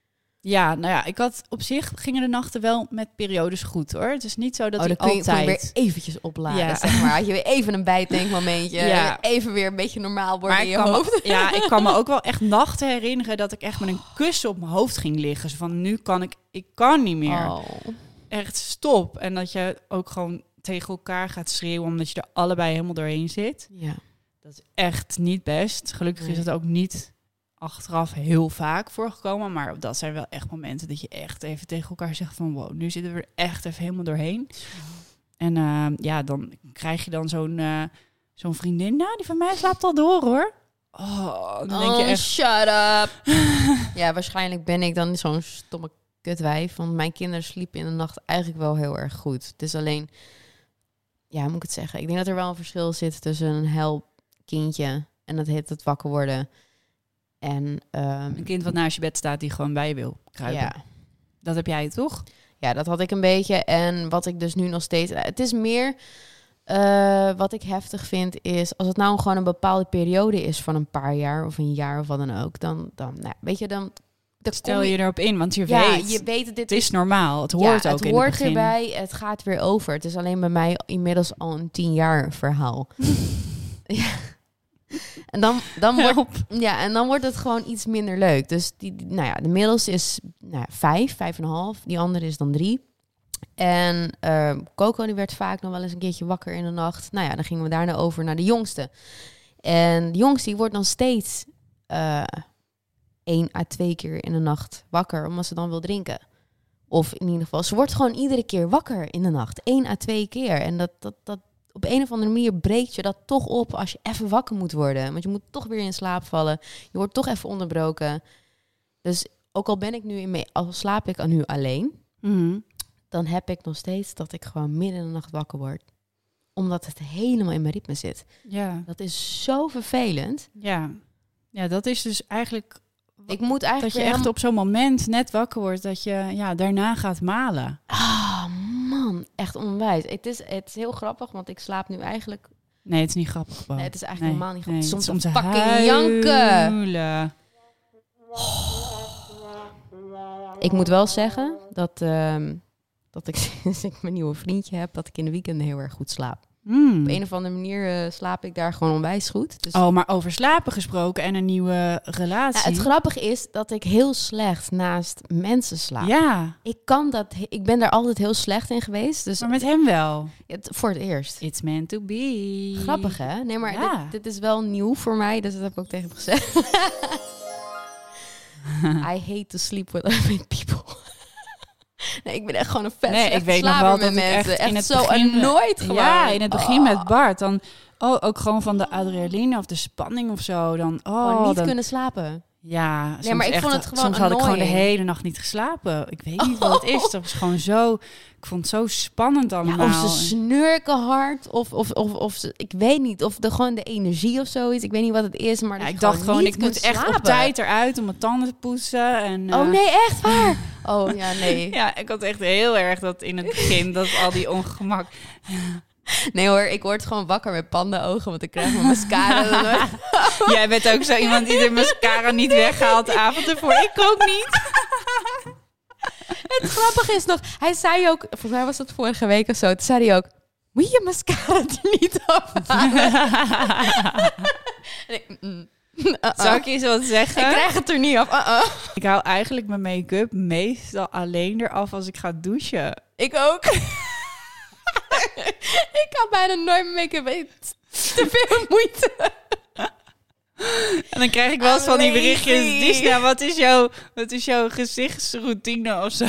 Ja, nou ja, ik had op zich gingen de nachten wel met periodes goed hoor. Het is niet zo dat ik dan kun je altijd weer eventjes opladen, Ja. zeg maar. Had je weer even een bijtankmomentje. Ja. Even weer een beetje normaal worden Maar in je hoofd. ik kan me ook wel echt nachten herinneren dat ik echt met een kussen op mijn hoofd ging liggen. Zo van nu kan ik kan niet meer. Oh. Echt stop. En dat je ook gewoon tegen elkaar gaat schreeuwen omdat je er allebei helemaal doorheen zit. Ja. Dat is echt niet best. Gelukkig is Nee. het ook niet achteraf heel vaak voorgekomen. Maar dat zijn wel echt momenten dat je echt even tegen elkaar zegt van wow, nu zitten we er echt even helemaal doorheen. En dan krijg je dan zo'n vriendin. Nou, die van mij slaapt al door hoor. Oh, dan denk je echt... shut up. Ja, waarschijnlijk ben ik dan zo'n stomme kutwijf. Want mijn kinderen sliepen in de nacht eigenlijk wel heel erg goed. Het is alleen... Ja, hoe moet ik het zeggen? Ik denk dat er wel een verschil zit tussen een huilkindje en dat heet het wakker worden. En Een kind wat naast je bed staat die gewoon bij je wil kruipen. ja. Dat heb jij toch? Ja, dat had ik een beetje. En wat ik dus nu nog steeds... Het is meer... wat ik heftig vind is... Als het nou gewoon een bepaalde periode is van een paar jaar... of een jaar of wat dan ook... Dan weet je, dan Stel je erop in, want je ja, weet... je weet het. Dit Het is normaal. Het hoort ook het in hoort het begin. erbij. Het gaat weer over. Het is alleen bij mij inmiddels al een 10 jaar verhaal. Ja. En dan wordt het gewoon iets minder leuk. Dus de middelste is 5,5. Die andere is dan 3. En Coco die werd vaak nog wel eens een keertje wakker in de nacht. Nou ja, dan gingen we daarna over naar de jongste. En de jongste die wordt dan steeds 1 à 2 keer in de nacht wakker, omdat ze dan wil drinken. Of in ieder geval, ze wordt gewoon iedere keer wakker in de nacht. 1 à 2 keer. En dat op een of andere manier breekt je dat toch op als je even wakker moet worden. Want je moet toch weer in slaap vallen. Je wordt toch even onderbroken. Dus ook al ben ik nu al slaap ik nu alleen, dan heb ik nog steeds dat ik gewoon midden in de nacht wakker word. Omdat het helemaal in mijn ritme zit. Ja. Dat is zo vervelend. Ja, dat is dus eigenlijk... Ik moet eigenlijk dat je echt op zo'n moment net wakker wordt dat je daarna gaat malen. Ah, man, echt onwijs. Het is heel grappig, want ik slaap nu eigenlijk... Nee, het is niet grappig. Bo. Nee, het is eigenlijk helemaal niet grappig. Soms om te fucking janken. huilen. Ik moet wel zeggen dat ik sinds ik mijn nieuwe vriendje heb, dat ik in de weekenden heel erg goed slaap. Op een of andere manier slaap ik daar gewoon onwijs goed. Dus... Oh, maar over slapen gesproken en een nieuwe relatie. Ja, het grappige is dat ik heel slecht naast mensen slaap. Ja. Ik ben daar altijd heel slecht in geweest. Dus Maar met hem wel. voor het eerst. It's meant to be. Grappig, hè? Nee, maar Ja. dit is wel nieuw voor mij, dus dat heb ik ook tegen hem gezegd. I hate to sleep with people. Nee, ik ben echt gewoon een vet slechte ik weet nog slaper wel met dat ik mensen. echt in het zo begin... nooit gewoon. Ja, in het begin met Bart. Dan ook gewoon van de adrenaline of de spanning of zo. Dan, Gewoon niet kunnen slapen. Ja, Nee, maar ik vond het gewoon soms had ik gewoon de annoying. hele nacht niet geslapen. Ik weet niet wat het is. Dat was gewoon zo... Ik vond het zo spannend allemaal. Ja, of ze snurken hard, of ze, ik weet niet, of gewoon de energie of zoiets. Ik weet niet wat het is, maar Ja, dat ik je dacht gewoon, niet ik moet kunt echt slapen. op tijd eruit om mijn tanden te poetsen. En, Oh nee, echt waar? Oh ja, nee. Ja, ik had echt heel erg dat in het begin, dat al die ongemak. Nee hoor, ik word gewoon wakker met pandenogen, want ik krijg mijn mascara. Jij bent ook zo iemand die de mascara niet weghaalt de avond ervoor. Ik ook niet. Het grappige is nog, hij zei ook, volgens mij was dat vorige week of zo, toen zei hij ook, moet je mascara er niet afhalen? Zal ik je eens wat zeggen? Ik krijg het er niet af. Ik hou eigenlijk mijn make-up meestal alleen eraf als ik ga douchen. Ik ook. Ik kan bijna nooit meer make-up. Te veel moeite. En dan krijg ik wel eens van die berichtjes. Lazy. Disna, wat is jouw gezichtsroutine of zo?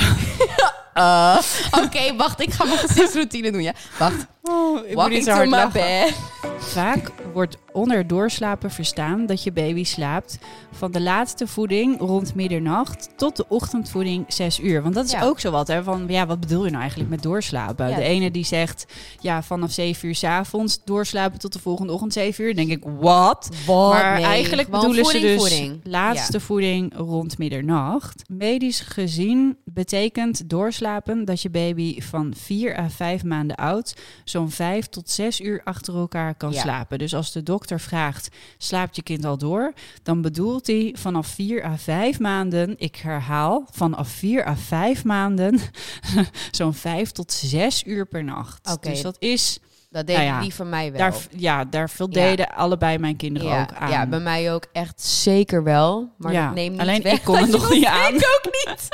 Oké, wacht. Ik ga mijn gezichtsroutine doen, ja. Wacht. Oh, ik moet niet Walking zo to hard my lachen. bed. Vaak wordt onder doorslapen verstaan dat je baby slaapt van de laatste voeding rond middernacht tot de ochtendvoeding 6 uur. Want dat is ook zo wat, hè? Van, ja, wat bedoel je nou eigenlijk met doorslapen? Ja. De ene die zegt, ja, vanaf 7 uur 's avonds doorslapen tot de volgende ochtend 7 uur. Dan denk ik, wat? Maar Nee, eigenlijk gewoon bedoelen ze dus voeding. laatste voeding rond middernacht. Medisch gezien betekent doorslapen dat je baby van 4 à 5 maanden oud zo'n 5 tot 6 uur achter elkaar kan slapen. Dus als als de dokter vraagt, slaapt je kind al door? Dan bedoelt hij vanaf 4 à 5 maanden, ik herhaal, vanaf 4 à 5 maanden, zo'n 5 tot 6 uur per nacht. Oké. Dus dat is... Dat deden die van mij wel. Daar voldeden allebei mijn kinderen ook aan. Ja, bij mij ook echt zeker wel. Maar dat neemt niet alleen weg. Ik kon het nog niet aan. Ik ook niet.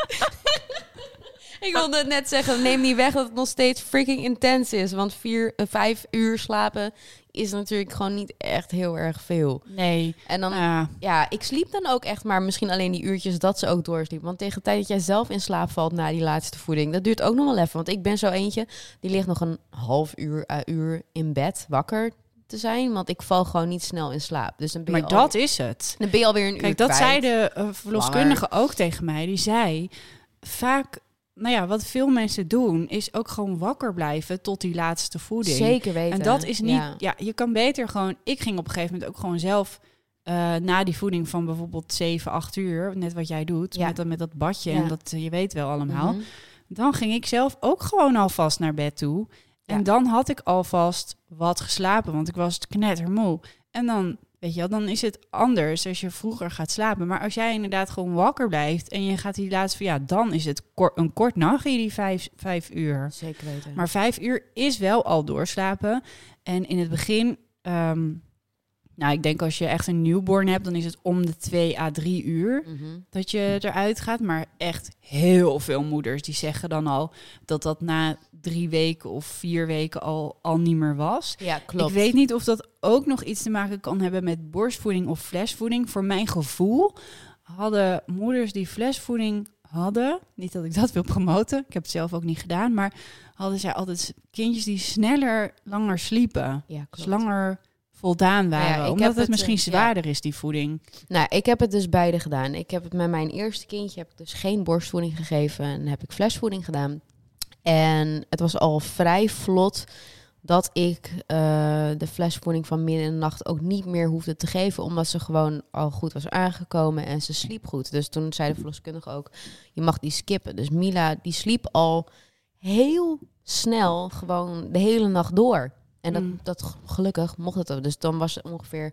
Ik wilde het net zeggen, neem niet weg dat het nog steeds freaking intens is. Want 5 uur slapen is natuurlijk gewoon niet echt heel erg veel. Nee. En dan, ik sliep dan ook echt maar misschien alleen die uurtjes dat ze ook doorsliep. Want tegen de tijd dat jij zelf in slaap valt na die laatste voeding, dat duurt ook nog wel even. Want ik ben zo eentje, die ligt nog een half uur in bed wakker te zijn. Want ik val gewoon niet snel in slaap. Dus dan ben je dat is het. Dan ben je alweer een uur Kijk, dat kwijt. zei de verloskundige ook tegen mij. Die zei, vaak... Nou ja, wat veel mensen doen, is ook gewoon wakker blijven tot die laatste voeding. Zeker weten. En dat is niet... Ja, je kan beter gewoon... Ik ging op een gegeven moment ook gewoon zelf... na die voeding van bijvoorbeeld 7, 8 uur... net wat jij doet, met dat badje... en dat je weet wel allemaal... dan ging ik zelf ook gewoon alvast naar bed toe. En dan had ik alvast wat geslapen... want ik was knettermoe. En dan... Weet je wel, dan is het anders als je vroeger gaat slapen. Maar als jij inderdaad gewoon wakker blijft... en je gaat die laatste... dan is het een kort nachtje, die 5 uur. Zeker weten. Maar 5 uur is wel al doorslapen. En in het begin... ik denk als je echt een newborn hebt... dan is het om de 2 à 3 uur dat je eruit gaat. Maar echt heel veel moeders die zeggen dan al... dat na 3 weken of 4 weken al niet meer was. Ja, klopt. Ik weet niet of dat ook nog iets te maken kan hebben met borstvoeding of flesvoeding. Voor mijn gevoel hadden moeders die flesvoeding hadden... niet dat ik dat wil promoten, ik heb het zelf ook niet gedaan... maar hadden zij altijd kindjes die langer sliepen. Ja, klopt. Dus langer voldaan waren. Omdat het misschien zwaarder is, die voeding. Nou, ik heb het dus beide gedaan. Ik heb het met mijn eerste kindje... heb ik dus geen borstvoeding gegeven... en heb ik flesvoeding gedaan... En het was al vrij vlot dat ik de flesvoeding van midden in de nacht ook niet meer hoefde te geven. Omdat ze gewoon al goed was aangekomen en ze sliep goed. Dus toen zei de verloskundige ook, je mag die skippen. Dus Mila, die sliep al heel snel gewoon de hele nacht door. En dat gelukkig mocht het ook. Dus dan was het ongeveer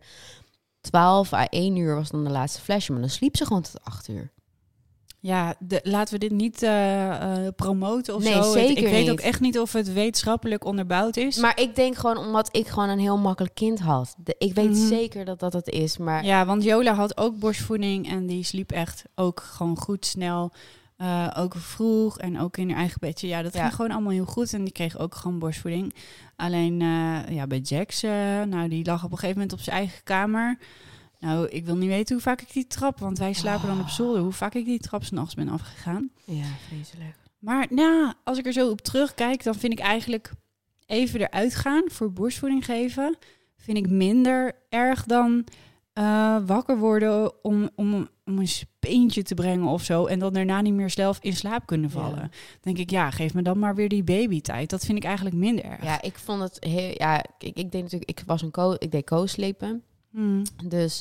12 à 1 uur was dan de laatste flesje. Maar dan sliep ze gewoon tot 8 uur. Ja, laten we dit niet promoten of nee, zo. Zeker ik weet niet. ook echt niet of het wetenschappelijk onderbouwd is. Maar ik denk gewoon omdat ik gewoon een heel makkelijk kind had. Ik weet zeker dat het is. Maar... Ja, want Jola had ook borstvoeding en die sliep echt ook gewoon goed snel. Ook vroeg en ook in haar eigen bedje. Ja, dat ging gewoon allemaal heel goed. En die kreeg ook gewoon borstvoeding. Alleen bij Jax, die lag op een gegeven moment op zijn eigen kamer... Nou, ik wil niet weten hoe vaak ik die trap... want wij slapen dan op zolder... hoe vaak ik die trap 's nachts ben afgegaan. Ja, vreselijk. Maar als ik er zo op terugkijk... dan vind ik eigenlijk even eruit gaan... voor borstvoeding geven... vind ik minder erg dan wakker worden... om een speentje te brengen of zo... en dan daarna niet meer zelf in slaap kunnen vallen. Dan denk ik, geef me dan maar weer die babytijd. Dat vind ik eigenlijk minder erg. Ja, ik vond het heel... Ja, ik deed natuurlijk... Ik deed co-slepen... Dus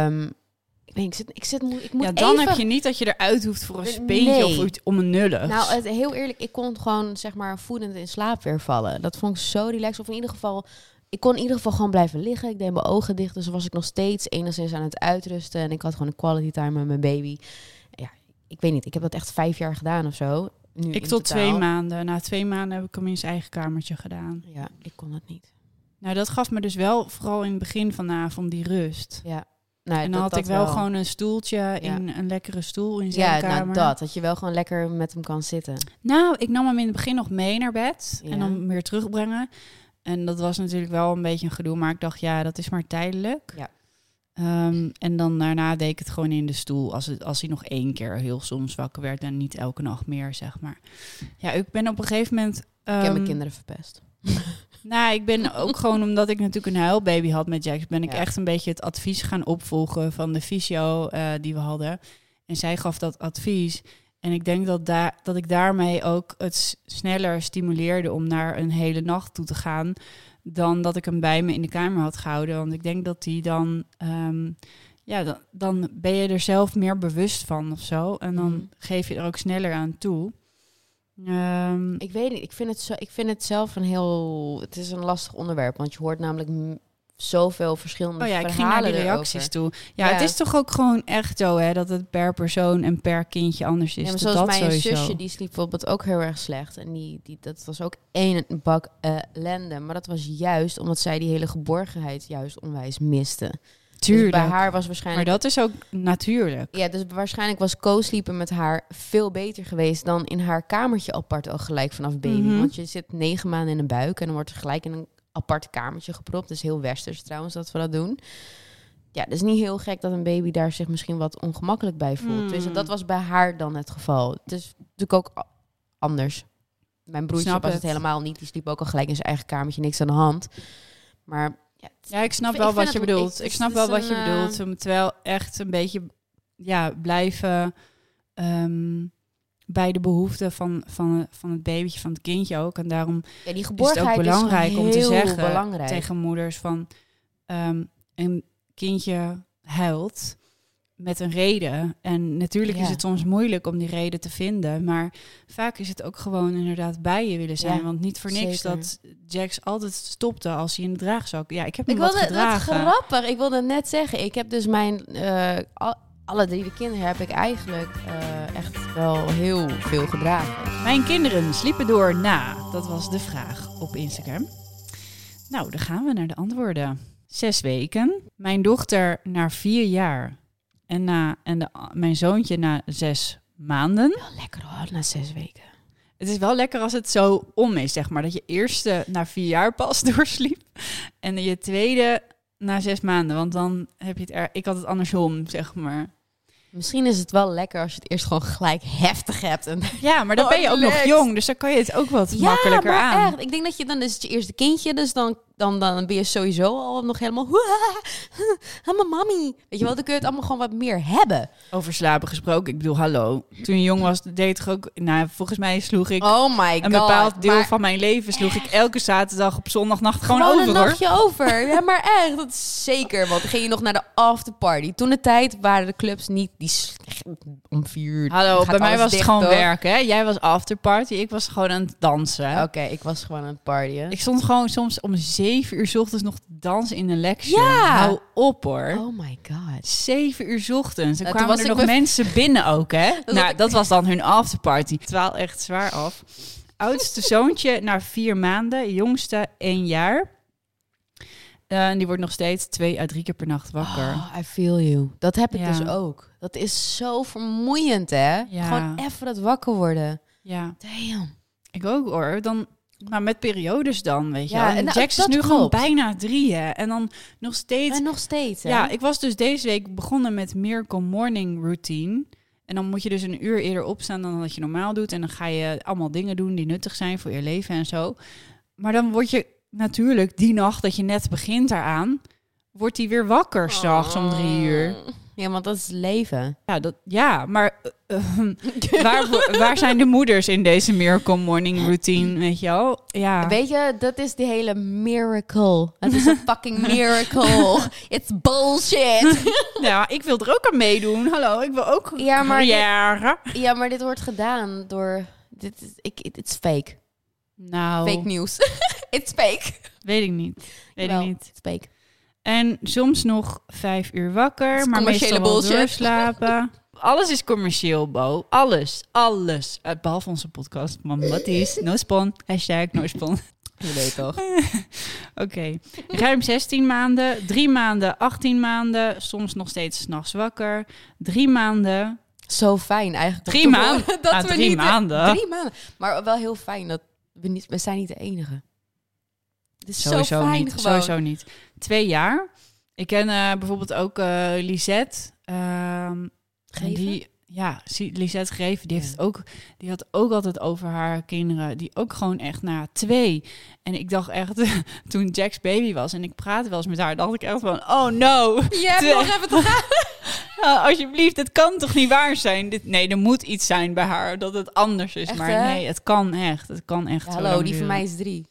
ik moet dan even... heb je niet dat je eruit hoeft voor een speentje of om een nullig. Nou, heel eerlijk, ik kon gewoon zeg maar voedend in slaap weer vallen. Dat vond ik zo relaxed. Of in ieder geval, ik kon in ieder geval gewoon blijven liggen. Ik deed mijn ogen dicht, dus was ik nog steeds enigszins aan het uitrusten. En ik had gewoon een quality time met mijn baby. Ja, ik weet niet, ik heb dat echt 5 jaar gedaan of zo. Ik tot 2 maanden. Na 2 maanden heb ik hem in zijn eigen kamertje gedaan. Ja, ik kon dat niet. Nou, dat gaf me dus wel, vooral in het begin vanavond, die rust. Ja. Nou, en dan had ik wel gewoon een stoeltje, een lekkere stoel in zijn kamer. Ja, dat je wel gewoon lekker met hem kan zitten. Nou, ik nam hem in het begin nog mee naar bed en dan weer terugbrengen. En dat was natuurlijk wel een beetje een gedoe, maar ik dacht, dat is maar tijdelijk. Ja. En dan daarna deed ik het gewoon in de stoel, als hij nog 1 keer heel soms wakker werd en niet elke nacht meer, zeg maar. Ja, ik ben op een gegeven moment... ik heb mijn kinderen verpest. Nou, ik ben ook gewoon, omdat ik natuurlijk een huilbaby had met Jax, ben ik echt een beetje het advies gaan opvolgen van de fysio die we hadden. En zij gaf dat advies. En ik denk dat ik daarmee ook het sneller stimuleerde om naar een hele nacht toe te gaan, dan dat ik hem bij me in de kamer had gehouden. Want ik denk dat die dan... dan ben je er zelf meer bewust van of zo. En dan geef je er ook sneller aan toe. Ik weet niet, ik vind het zelf het is een lastig onderwerp, want je hoort namelijk zoveel verschillende ik ging naar verhalen die erover. reacties toe. Ja, het is toch ook gewoon echt zo, hè, dat het per persoon en per kindje anders is. Ja, maar dat zoals mijn sowieso. zusje, die sliep bijvoorbeeld ook heel erg slecht. En dat was ook één bak ellende. Maar dat was juist omdat zij die hele geborgenheid juist onwijs miste. Tuurlijk. Dus bij haar was waarschijnlijk... Maar dat is ook natuurlijk. Ja, dus waarschijnlijk was co-sleepen met haar veel beter geweest dan in haar kamertje apart al gelijk vanaf baby. Mhm. Want je zit 9 maanden in een buik en dan wordt er gelijk in een apart kamertje gepropt. Dat is heel westers trouwens dat we dat doen. Ja, het is niet heel gek dat een baby daar zich misschien wat ongemakkelijk bij voelt. Dus dat was bij haar dan het geval. Het is natuurlijk ook anders. Mijn broertje Snap was het helemaal niet. Die sliep ook al gelijk in zijn eigen kamertje, niks aan de hand. Maar Ja, ik snap Ik wel vind wat je het- bedoelt. ik- Ik snap het wel is wat je een, bedoelt. We moeten wel echt een beetje blijven bij de behoeften van het babytje, van het kindje ook. En daarom ja, die is het geborgenheid ook belangrijk om te heel zeggen belangrijk. tegen moeders van een kindje huilt met een reden. En natuurlijk Ja. is het soms moeilijk om die reden te vinden. Maar vaak is het ook gewoon inderdaad bij je willen zijn. Ja, Want niet voor niks zeker. dat Jax altijd stopte als hij in de draagzak... Ja, ik heb hem Ik wat wilde dat gedragen. grappig. Ik wilde net zeggen, ik heb dus mijn alle 3 de kinderen heb ik eigenlijk echt wel heel veel gedragen. Mijn kinderen sliepen door na. Dat was de vraag op Instagram. Nou, dan gaan we naar de antwoorden. 6 weken. Mijn dochter na 4 jaar. Mijn zoontje na 6 maanden. Wel lekker hoor, na 6 weken. Het is wel lekker als het zo om is, zeg maar. Dat je eerste na 4 jaar pas doorsliep. En je tweede na 6 maanden. Want dan heb je het ik had het andersom, zeg maar. Misschien is het wel lekker als je het eerst gewoon gelijk heftig hebt. En Ja, maar dan ben je ook nog relaxed. jong. Dus dan kan je het ook wat makkelijker maar aan. echt. Ik denk dat je dan is het je eerste kindje, dus dan ben je sowieso al nog helemaal mijn mami. Weet je wel, dan kun je het allemaal gewoon wat meer hebben. Over slapen gesproken. Ik bedoel, hallo. Toen je jong was, deed ik toch ook... Nou, volgens mij sloeg ik... Oh my god. Een bepaald deel maar van mijn leven sloeg ik elke zaterdag op zondagnacht gewoon gewoon over, een hoor. nachtje over. Ja, maar echt, dat is zeker. Want dan ging je nog naar de afterparty. Toen de tijd waren de clubs niet om 4 uur. Hallo, gaat bij mij alles was het dicht, gewoon toch? werken, hè? Jij was afterparty, ik was gewoon aan het dansen. Oké, ik was gewoon aan het partyen. Ik stond gewoon soms om 7 uur 's ochtends nog te dansen in een lecture. Ja! Hou op, hoor. Oh my god. 7 uur 's ochtends. En toen kwamen was er ik nog met- mensen binnen ook, hè? Nou, ik- dat was dan hun afterparty. Het dwaal echt zwaar af. Oudste zoontje na 4 maanden. Jongste 1 jaar. En die wordt nog steeds 2 à 3 keer per nacht wakker. Oh, I feel you. Dat heb ik Ja. dus ook. Dat is zo vermoeiend, hè? Ja. Gewoon even dat wakker worden. Ja, Damn. ik ook, hoor. Maar met periodes dan, weet je Ja, wel. En en Jax is dat nu gewoon klopt. bijna 3, hè. En dan nog steeds... En nog steeds, hè? Ja, ik was dus deze week begonnen met Miracle Morning Routine. En dan moet je dus een uur eerder opstaan dan dat je normaal doet. En dan ga je allemaal dingen doen die nuttig zijn voor je leven en zo. Maar dan word je natuurlijk die nacht dat je net begint daaraan... wordt hij weer wakker s'nachts om 3 uur. Ja, want dat is leven. Ja, maar waar zijn de moeders in deze Miracle Morning Routine, weet je wel? Ja. Weet je, dat is die hele miracle. Het is een fucking miracle. It's bullshit. Ja, ik wil er ook aan meedoen. Hallo, ik wil ook Ja, maar carrière. Ja, maar dit wordt gedaan door... It's fake. Nou, Fake news. It's fake. weet ik niet. Weet ik niet. It's fake. En soms nog 5 uur wakker, is maar commerciële meestal wel bullshit. doorslapen. Alles is commercieel, Bo. Alles. Behalve onze podcast. Man, wat is? No spon. # no spon. Je weet toch? Oké. Ruim 16 maanden. 3 maanden, 18 maanden. Soms nog steeds 's nachts wakker. 3 maanden. Zo fijn eigenlijk. 3 maanden? Dat Ah, we 3 niet- maanden. 3 maanden. Maar wel heel fijn dat we zijn niet de enige. Het is Sowieso zo fijn niet. gewoon. Sowieso niet. 2 jaar. Ik ken bijvoorbeeld ook Lisette. Greven? Lisette Greven. Die, Ja. die had ook altijd over haar kinderen. Die ook gewoon echt na 2. En ik dacht echt, toen Jack's baby was en ik praatte wel eens met haar, dacht ik echt van, oh no. Je hebt nog even te gaan. Alsjeblieft, het kan toch niet waar zijn? Nee, er moet iets zijn bij haar dat het anders is. Echt, maar hè? nee, het kan echt. Het kan echt. Ja, zo hallo, lang die van duren. mij is 3.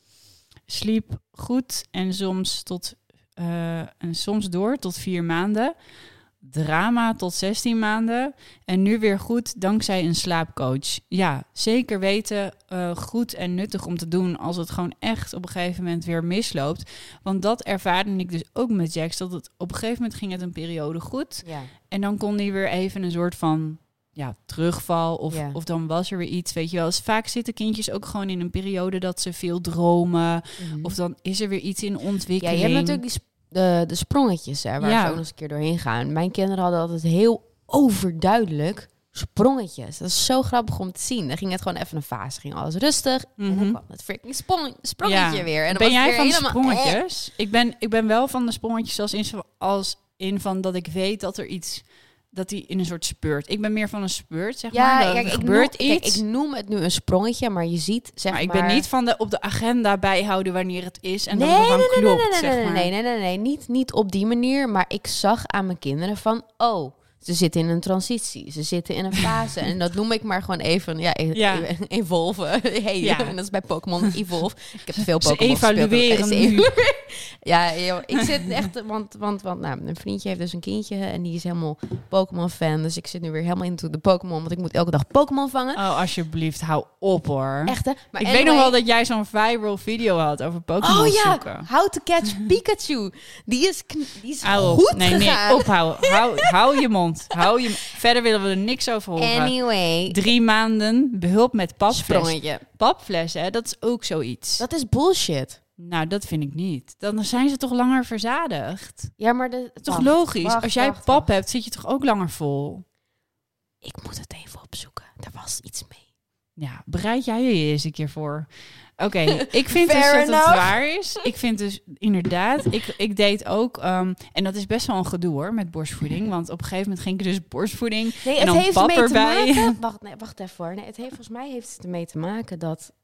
Sliep goed en soms door tot 4 maanden. drama tot 16 maanden. En nu weer goed dankzij een slaapcoach. Ja, zeker weten. Goed en nuttig om te doen als het gewoon echt op een gegeven moment weer misloopt. Want dat ervaarde ik dus ook met Jax. Dat het op een gegeven moment ging het een periode goed. Ja. En dan kon hij weer even een soort van terugval. Of dan was er weer iets, weet je wel. Dus vaak zitten kindjes ook gewoon in een periode dat ze veel dromen. Mm-hmm. Of dan is er weer iets in ontwikkeling. Ja, je hebt natuurlijk de sprongetjes, hè, waar ze ook nog eens een keer doorheen gaan. Mijn kinderen hadden altijd heel overduidelijk sprongetjes. Dat is zo grappig om te zien. Dan ging het gewoon even een fase, ging alles rustig. En dan kwam het freaking sprongetje weer. En dan ben was jij het weer van de sprongetjes? Ik ben wel van de sprongetjes als in van dat ik weet dat er iets... dat die in een soort speurt. Ik ben meer van een speurt, zeg maar. Kijk, ik noem het nu een sprongetje, maar je ziet, zeg maar... ik ben niet van op de agenda bijhouden wanneer het is en dan klopt, zeg maar. Nee, niet op die manier. Maar ik zag aan mijn kinderen van, ze zitten in een transitie. Ze zitten in een fase. En dat noem ik maar gewoon even, evolven. En dat is bij Pokémon Evolve. Ik heb veel Pokémon gespeeld. Evalueren nu. Ja, joh, ik zit echt... Want een vriendje heeft dus een kindje en die is helemaal Pokémon-fan. Dus ik zit nu weer helemaal into de Pokémon, want ik moet elke dag Pokémon vangen. Oh, alsjeblieft, hou op hoor. Echt, hè? Maar ik weet nog wel dat jij zo'n viral video had over Pokémon zoeken. How to Catch Pikachu. Die is hou goed op. Nee, ophouden. Hou je mond. Verder willen we er niks over horen. Anyway. 3 maanden behulp met papfles. Sprongetje. Papfles, hè, dat is ook zoiets. Dat is bullshit. Nou, dat vind ik niet. Dan zijn ze toch langer verzadigd? Ja, maar toch logisch. Als jij pap hebt, zit je toch ook langer vol? Ik moet het even opzoeken. Daar was iets mee. Ja, bereid jij je eens een keer voor. Oké, ik vind dus dat het waar is. Ik vind dus inderdaad, ik deed ook, en dat is best wel een gedoe hoor, met borstvoeding. Want op een gegeven moment ging ik dus borstvoeding en dan pap erbij. Wacht even hoor. Volgens mij heeft het ermee te maken dat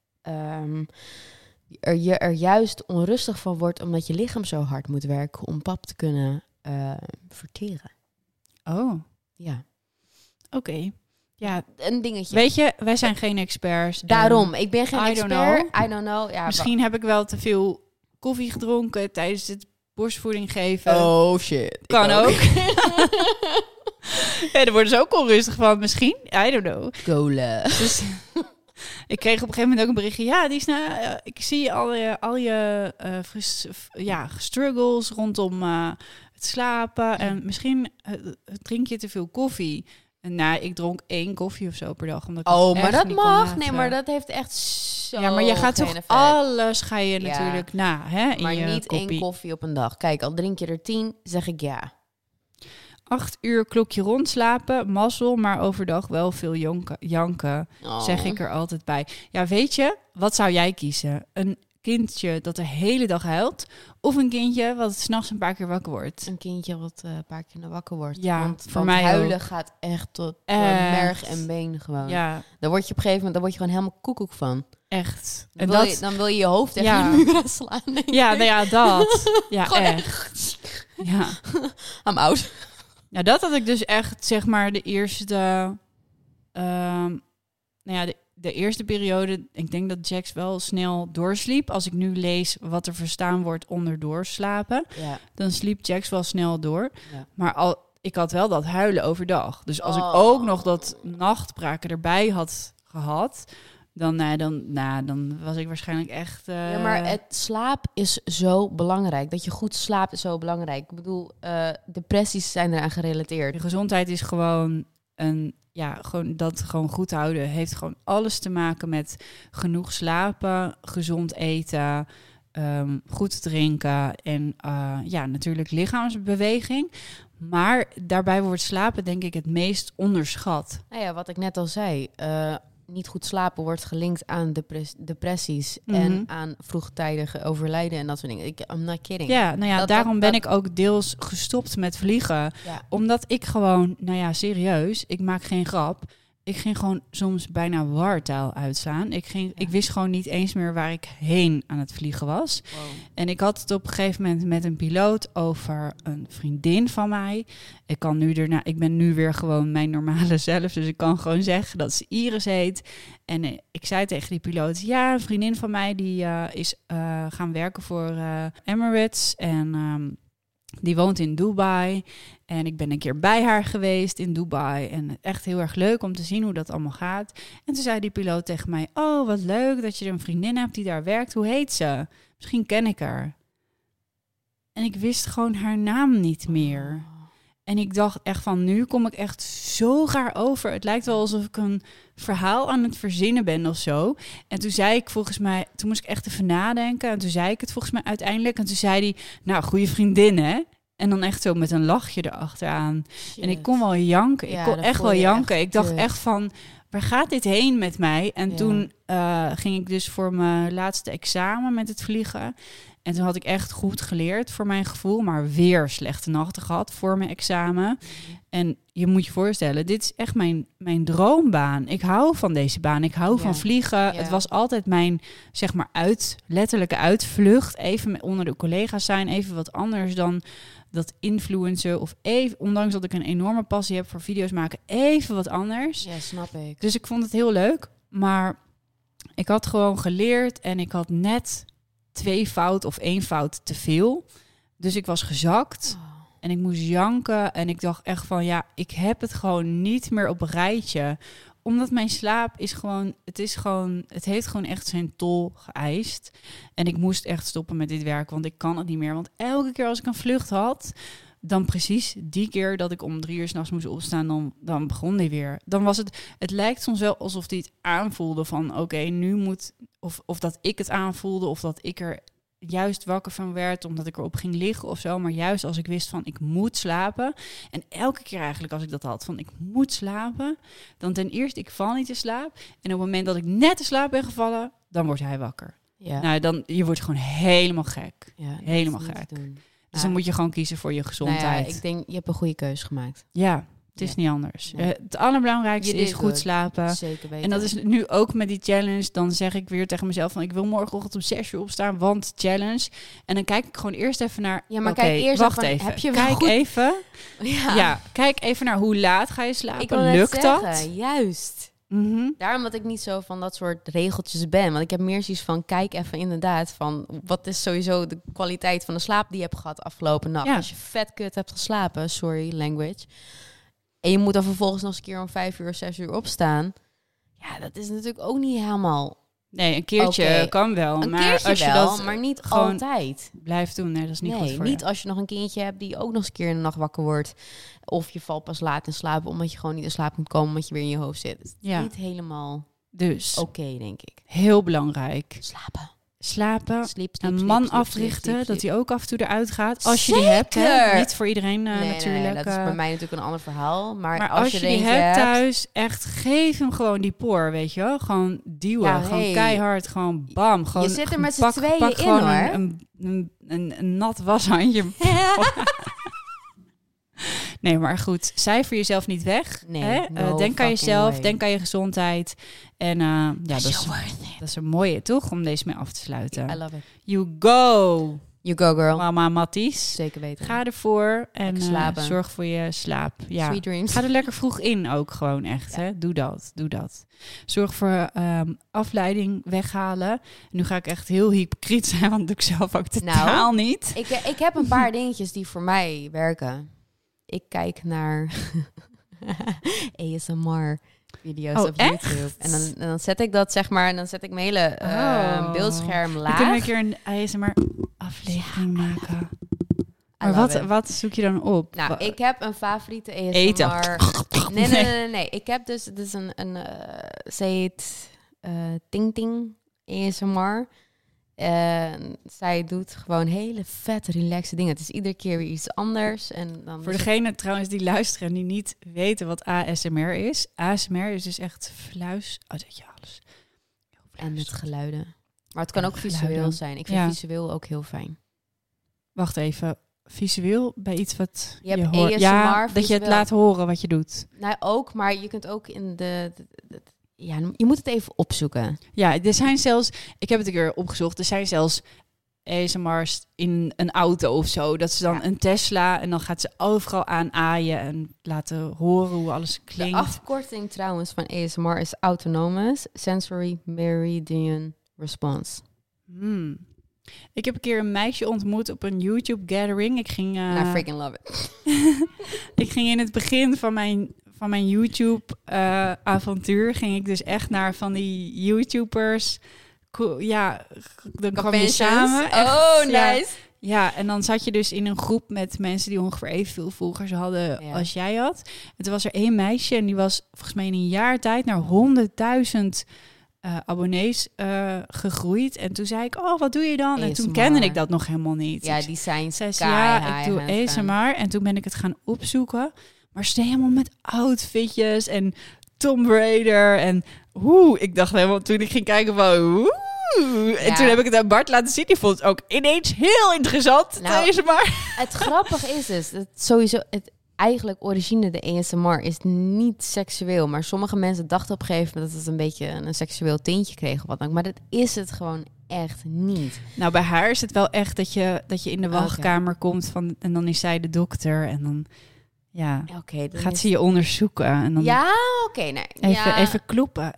je er juist onrustig van wordt, omdat je lichaam zo hard moet werken om pap te kunnen verteren. Oh. Ja. Oké. Ja, een dingetje. Weet je, wij zijn geen experts. Daarom, ik ben geen expert. I don't know. Ja, misschien heb ik wel te veel koffie gedronken tijdens het borstvoeding geven. Oh shit. Kan ook. Ja, daar worden ze ook onrustig van misschien. I don't know. Cola. Dus, ik kreeg op een gegeven moment ook een berichtje. Ja, die is ik zie al je struggles rondom het slapen. En misschien drink je te veel koffie. En ik dronk 1 koffie of zo per dag. Omdat ik maar dat mag. Nee, maar dat heeft echt zo. Ja, maar je gaat toch effect. Alles ga je natuurlijk na, hè? In maar je niet koppie. 1 koffie op een dag. Kijk, al drink je er 10, zeg ik ja. 8 uur klokje rondslapen, mazzel, maar overdag wel veel janken. Zeg ik er altijd bij. Ja, weet je, wat zou jij kiezen? Een kindje dat de hele dag huilt, of een kindje wat 's nachts een paar keer wakker wordt? Een kindje wat een paar keer wakker wordt. Ja, want mij huilen ook. Gaat echt tot merg en been gewoon. Ja. Dan word je op een gegeven moment gewoon helemaal koekoek van. Echt. Dan wil je je hoofd tegen de muur aan slaan. Ja, nou ja, dat. Ja, echt. Ja. I'm out. Ja, dat had ik dus echt, zeg maar, de eerste... de eerste periode, ik denk dat Jax wel snel doorsliep. Als ik nu lees wat er verstaan wordt onder doorslapen, dan sliep Jax wel snel door. Ja. Maar ik had wel dat huilen overdag. Dus als ik ook nog dat nachtbraken erbij had gehad, dan was ik waarschijnlijk echt... Ja, maar het slaap is zo belangrijk. Dat je goed slaapt is zo belangrijk. Ik bedoel, depressies zijn eraan gerelateerd. De gezondheid is gewoon gewoon goed houden. Heeft gewoon alles te maken met genoeg slapen, gezond eten, goed drinken en natuurlijk lichaamsbeweging. Maar daarbij wordt slapen denk ik het meest onderschat. Nou ja, wat ik net al zei, niet goed slapen wordt gelinkt aan depressies en aan vroegtijdige overlijden en dat soort dingen. I'm not kidding. Ja, nou ja, daarom ben ik ook deels gestopt met vliegen. Ja. Omdat ik gewoon, serieus, ik maak geen grap. Ik ging gewoon soms bijna wartaal uitslaan. Ik wist gewoon niet eens meer waar ik heen aan het vliegen was. Wow. En ik had het op een gegeven moment met een piloot over een vriendin van mij. Ik ben nu weer gewoon mijn normale zelf. Dus ik kan gewoon zeggen dat ze Iris heet. En ik zei tegen die piloot, ja, een vriendin van mij die is gaan werken voor Emirates. En Die woont in Dubai. En ik ben een keer bij haar geweest in Dubai. En echt heel erg leuk om te zien hoe dat allemaal gaat. En toen zei die piloot tegen mij... Oh, wat leuk dat je een vriendin hebt die daar werkt. Hoe heet ze? Misschien ken ik haar. En ik wist gewoon haar naam niet meer. En ik dacht echt van, nu kom ik echt zo raar over. Het lijkt wel alsof ik een verhaal aan het verzinnen ben of zo. En toen zei ik volgens mij, toen moest ik echt even nadenken. En toen zei ik het volgens mij uiteindelijk. En toen zei hij, nou, goede vriendin, hè? En dan echt zo met een lachje erachteraan. Shit. En ik kon wel janken. Ik kon echt wel janken. Echt ik dacht echt van, waar gaat dit heen met mij? En toen ging ik dus voor mijn laatste examen met het vliegen. En toen had ik echt goed geleerd voor mijn gevoel, maar weer slechte nachten gehad voor mijn examen. En je moet je voorstellen, dit is echt mijn droombaan. Ik hou van deze baan. Ik hou van vliegen. Ja. Het was altijd mijn, zeg maar, letterlijke uitvlucht. Even onder de collega's zijn, even wat anders dan dat influencen. Of even, ondanks dat ik een enorme passie heb voor video's maken, even wat anders. Ja, snap ik. Dus ik vond het heel leuk, maar ik had gewoon geleerd en ik had net 2 fout of 1 fout te veel. Dus ik was gezakt en ik moest janken. En ik dacht echt van, ja, ik heb het gewoon niet meer op een rijtje. Omdat mijn slaap is gewoon, het heeft gewoon echt zijn tol geëist. En ik moest echt stoppen met dit werk, want ik kan het niet meer. Want elke keer als ik een vlucht had, dan precies die keer dat ik om 3 uur 's nachts moest opstaan, dan begon die weer. Dan was het lijkt soms wel alsof die het aanvoelde van oké, nu moet, of dat ik het aanvoelde, of dat ik er juist wakker van werd, omdat ik erop ging liggen of zo. Maar juist als ik wist van ik moet slapen. En elke keer eigenlijk als ik dat had van ik moet slapen, dan ten eerste ik val niet te slaap. En op het moment dat ik net te slaap ben gevallen, dan wordt hij wakker. Ja. Nou, je wordt gewoon helemaal gek. Ja, helemaal gek. Dus dan moet je gewoon kiezen voor je gezondheid. Nou ja, ik denk, je hebt een goede keuze gemaakt. Ja, het is niet anders. Nee. Het allerbelangrijkste is goed slapen. Zeker weten. En dat is nu ook met die challenge. Dan zeg ik weer tegen mezelf van, ik wil morgenochtend om 6 uur opstaan, want challenge. En dan kijk ik gewoon eerst even naar... Ja, maar kijk eerst wacht van, even. Heb je kijk goed... even. Ja, kijk even naar hoe laat ga je slapen. Lukt dat? Juist. Mm-hmm. Daarom dat ik niet zo van dat soort regeltjes ben. Want ik heb meer zoiets van, kijk even inderdaad van, wat is sowieso de kwaliteit van de slaap die je hebt gehad afgelopen nacht. Ja. Als je vet kut hebt geslapen, sorry, language. En je moet dan vervolgens nog eens een keer om 5 uur of 6 uur opstaan. Ja, dat is natuurlijk ook niet helemaal... Nee, een keertje kan wel. Een maar keertje als je wel, dat maar niet altijd. Blijf doen, nee, dat is niet goed voor niet je. Als je nog een kindje hebt die ook nog eens een keer in de nacht wakker wordt. Of je valt pas laat in slaap, omdat je gewoon niet in slaap moet komen, omdat je weer in je hoofd zit. Het is niet helemaal oké, denk ik. Heel belangrijk. Slapen. Sleep, een man africhten, dat hij ook af en toe eruit gaat. Als je die hebt, hè? Niet voor iedereen natuurlijk. Nee, dat is bij mij natuurlijk een ander verhaal. Maar als je die hebt thuis, echt geef hem gewoon die poor, weet je wel. Gewoon duwen, gewoon keihard, gewoon bam. Gewoon, je zit er met z'n tweeën in, hoor. Een nat washandje. Nee, maar goed, cijfer jezelf niet weg. Nee, hè? Denk aan jezelf, denk aan je gezondheid. En dat is een mooie, toch? Om deze mee af te sluiten. I love it. You go, girl. Mama Matties. Zeker weten. Ga ervoor en zorg voor je slaap. Ja. Sweet dreams. Ga er lekker vroeg in ook gewoon echt. Ja. Hè? Doe dat. Zorg voor afleiding weghalen. Nu ga ik echt heel hypocriet zijn, want dat doe ik zelf ook totaal niet. Ik heb een paar dingetjes die voor mij werken. Ik kijk naar ASMR-video's op YouTube. En dan zet ik dat, zeg maar, en dan zet ik mijn hele beeldscherm laag. We kunnen een keer een ASMR-aflevering maken. Maar wat zoek je dan op? Nou, ik heb een favoriete ASMR... Nee. Ik heb dus Ting Ting ASMR. Zij doet gewoon hele vette, relaxe dingen. Het is iedere keer weer iets anders. En dan voor degene trouwens die luisteren en die niet weten wat ASMR is. ASMR is dus echt fluis. Oh, dat je alles. En met geluiden. Maar het kan ook visueel zijn. Ik vind visueel ook heel fijn. Wacht even. Visueel bij iets wat je hoort. ASMR, ja, dat je het laat horen wat je doet. Nou, ook. Maar je kunt ook in ja, je moet het even opzoeken. Ja, er zijn zelfs... Ik heb het een keer opgezocht. Er zijn zelfs ASMR's in een auto of zo. Dat ze dan een Tesla... en dan gaat ze overal aan aaien... en laten horen hoe alles klinkt. De afkorting trouwens van ASMR is Autonomous Sensory Meridian Response. Ik heb een keer een meisje ontmoet op een YouTube-gathering. Ik ging... I freaking love it. Ik ging in het begin van mijn YouTube-avontuur... ging ik dus echt naar van die YouTubers... dan kwam je samen. Echt, nice. Ja, en dan zat je dus in een groep met mensen die ongeveer evenveel volgers hadden als jij had. En toen was er 1 meisje en die was volgens mij in een jaar tijd naar 100.000 abonnees gegroeid. En toen zei ik, wat doe je dan? ASMR. En toen kende ik dat nog helemaal niet. Ja, die zijn zei ik doe ASMR. En toen ben ik het gaan opzoeken. Maar ze deed helemaal met outfitjes en Tomb Raider. En ik dacht helemaal toen ik ging kijken van... En toen heb ik het aan Bart laten zien. Die vond het ook ineens heel interessant. Nou, ASMR. Het grappige is dus dat sowieso eigenlijk origine de ASMR is niet seksueel. Maar sommige mensen dachten op een gegeven moment dat het een beetje een seksueel tintje kreeg. Maar dat is het gewoon echt niet. Nou, bij haar is het wel echt dat je in de wachtkamer komt en dan is zij de dokter en dan... Ja, gaat ze je onderzoeken. En dan nee. Even kloppen.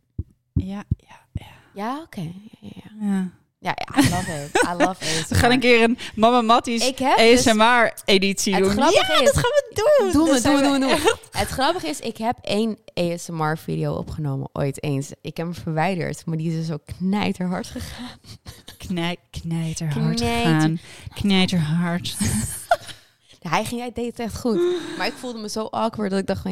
Ja, oké. Ja, I love it. We gaan een keer een Mama Matties ASMR-editie doen. Grappige is, dat gaan we doen. Doen we. Het grappige is, ik heb 1 ASMR-video opgenomen ooit eens. Ik heb hem verwijderd, maar die is dus zo knijterhard gegaan. Knijterhard. Hij deed het echt goed. Maar ik voelde me zo awkward dat ik dacht van...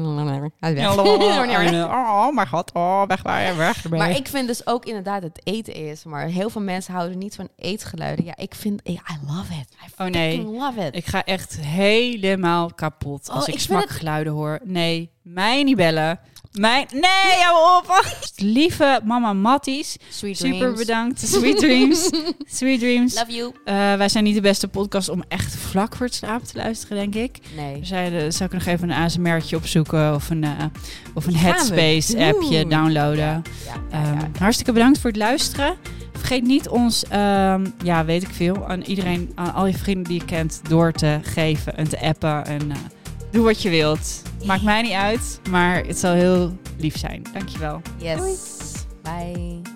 Oh mijn god, weg. Maar ik vind dus ook inderdaad het eten ASMR. Heel veel mensen houden niet van eetgeluiden. Ja, I love it. I love it. Ik ga echt helemaal kapot als ik smakgeluiden hoor. Nee, mij niet bellen. Nee, hou op. Lieve Mama Matties. Super bedankt. Sweet dreams. Sweet dreams. Love you. Wij zijn niet de beste podcast om echt vlak voor het slapen te luisteren, denk ik. Nee. Zou ik nog even een ASMR'tje opzoeken of een Headspace-appje downloaden. Ja. Hartstikke bedankt voor het luisteren. Vergeet niet ons, weet ik veel, aan al je vrienden die je kent door te geven en te appen en... Doe wat je wilt. Maakt mij niet uit, maar het zal heel lief zijn. Dankjewel. Yes. Doei. Bye.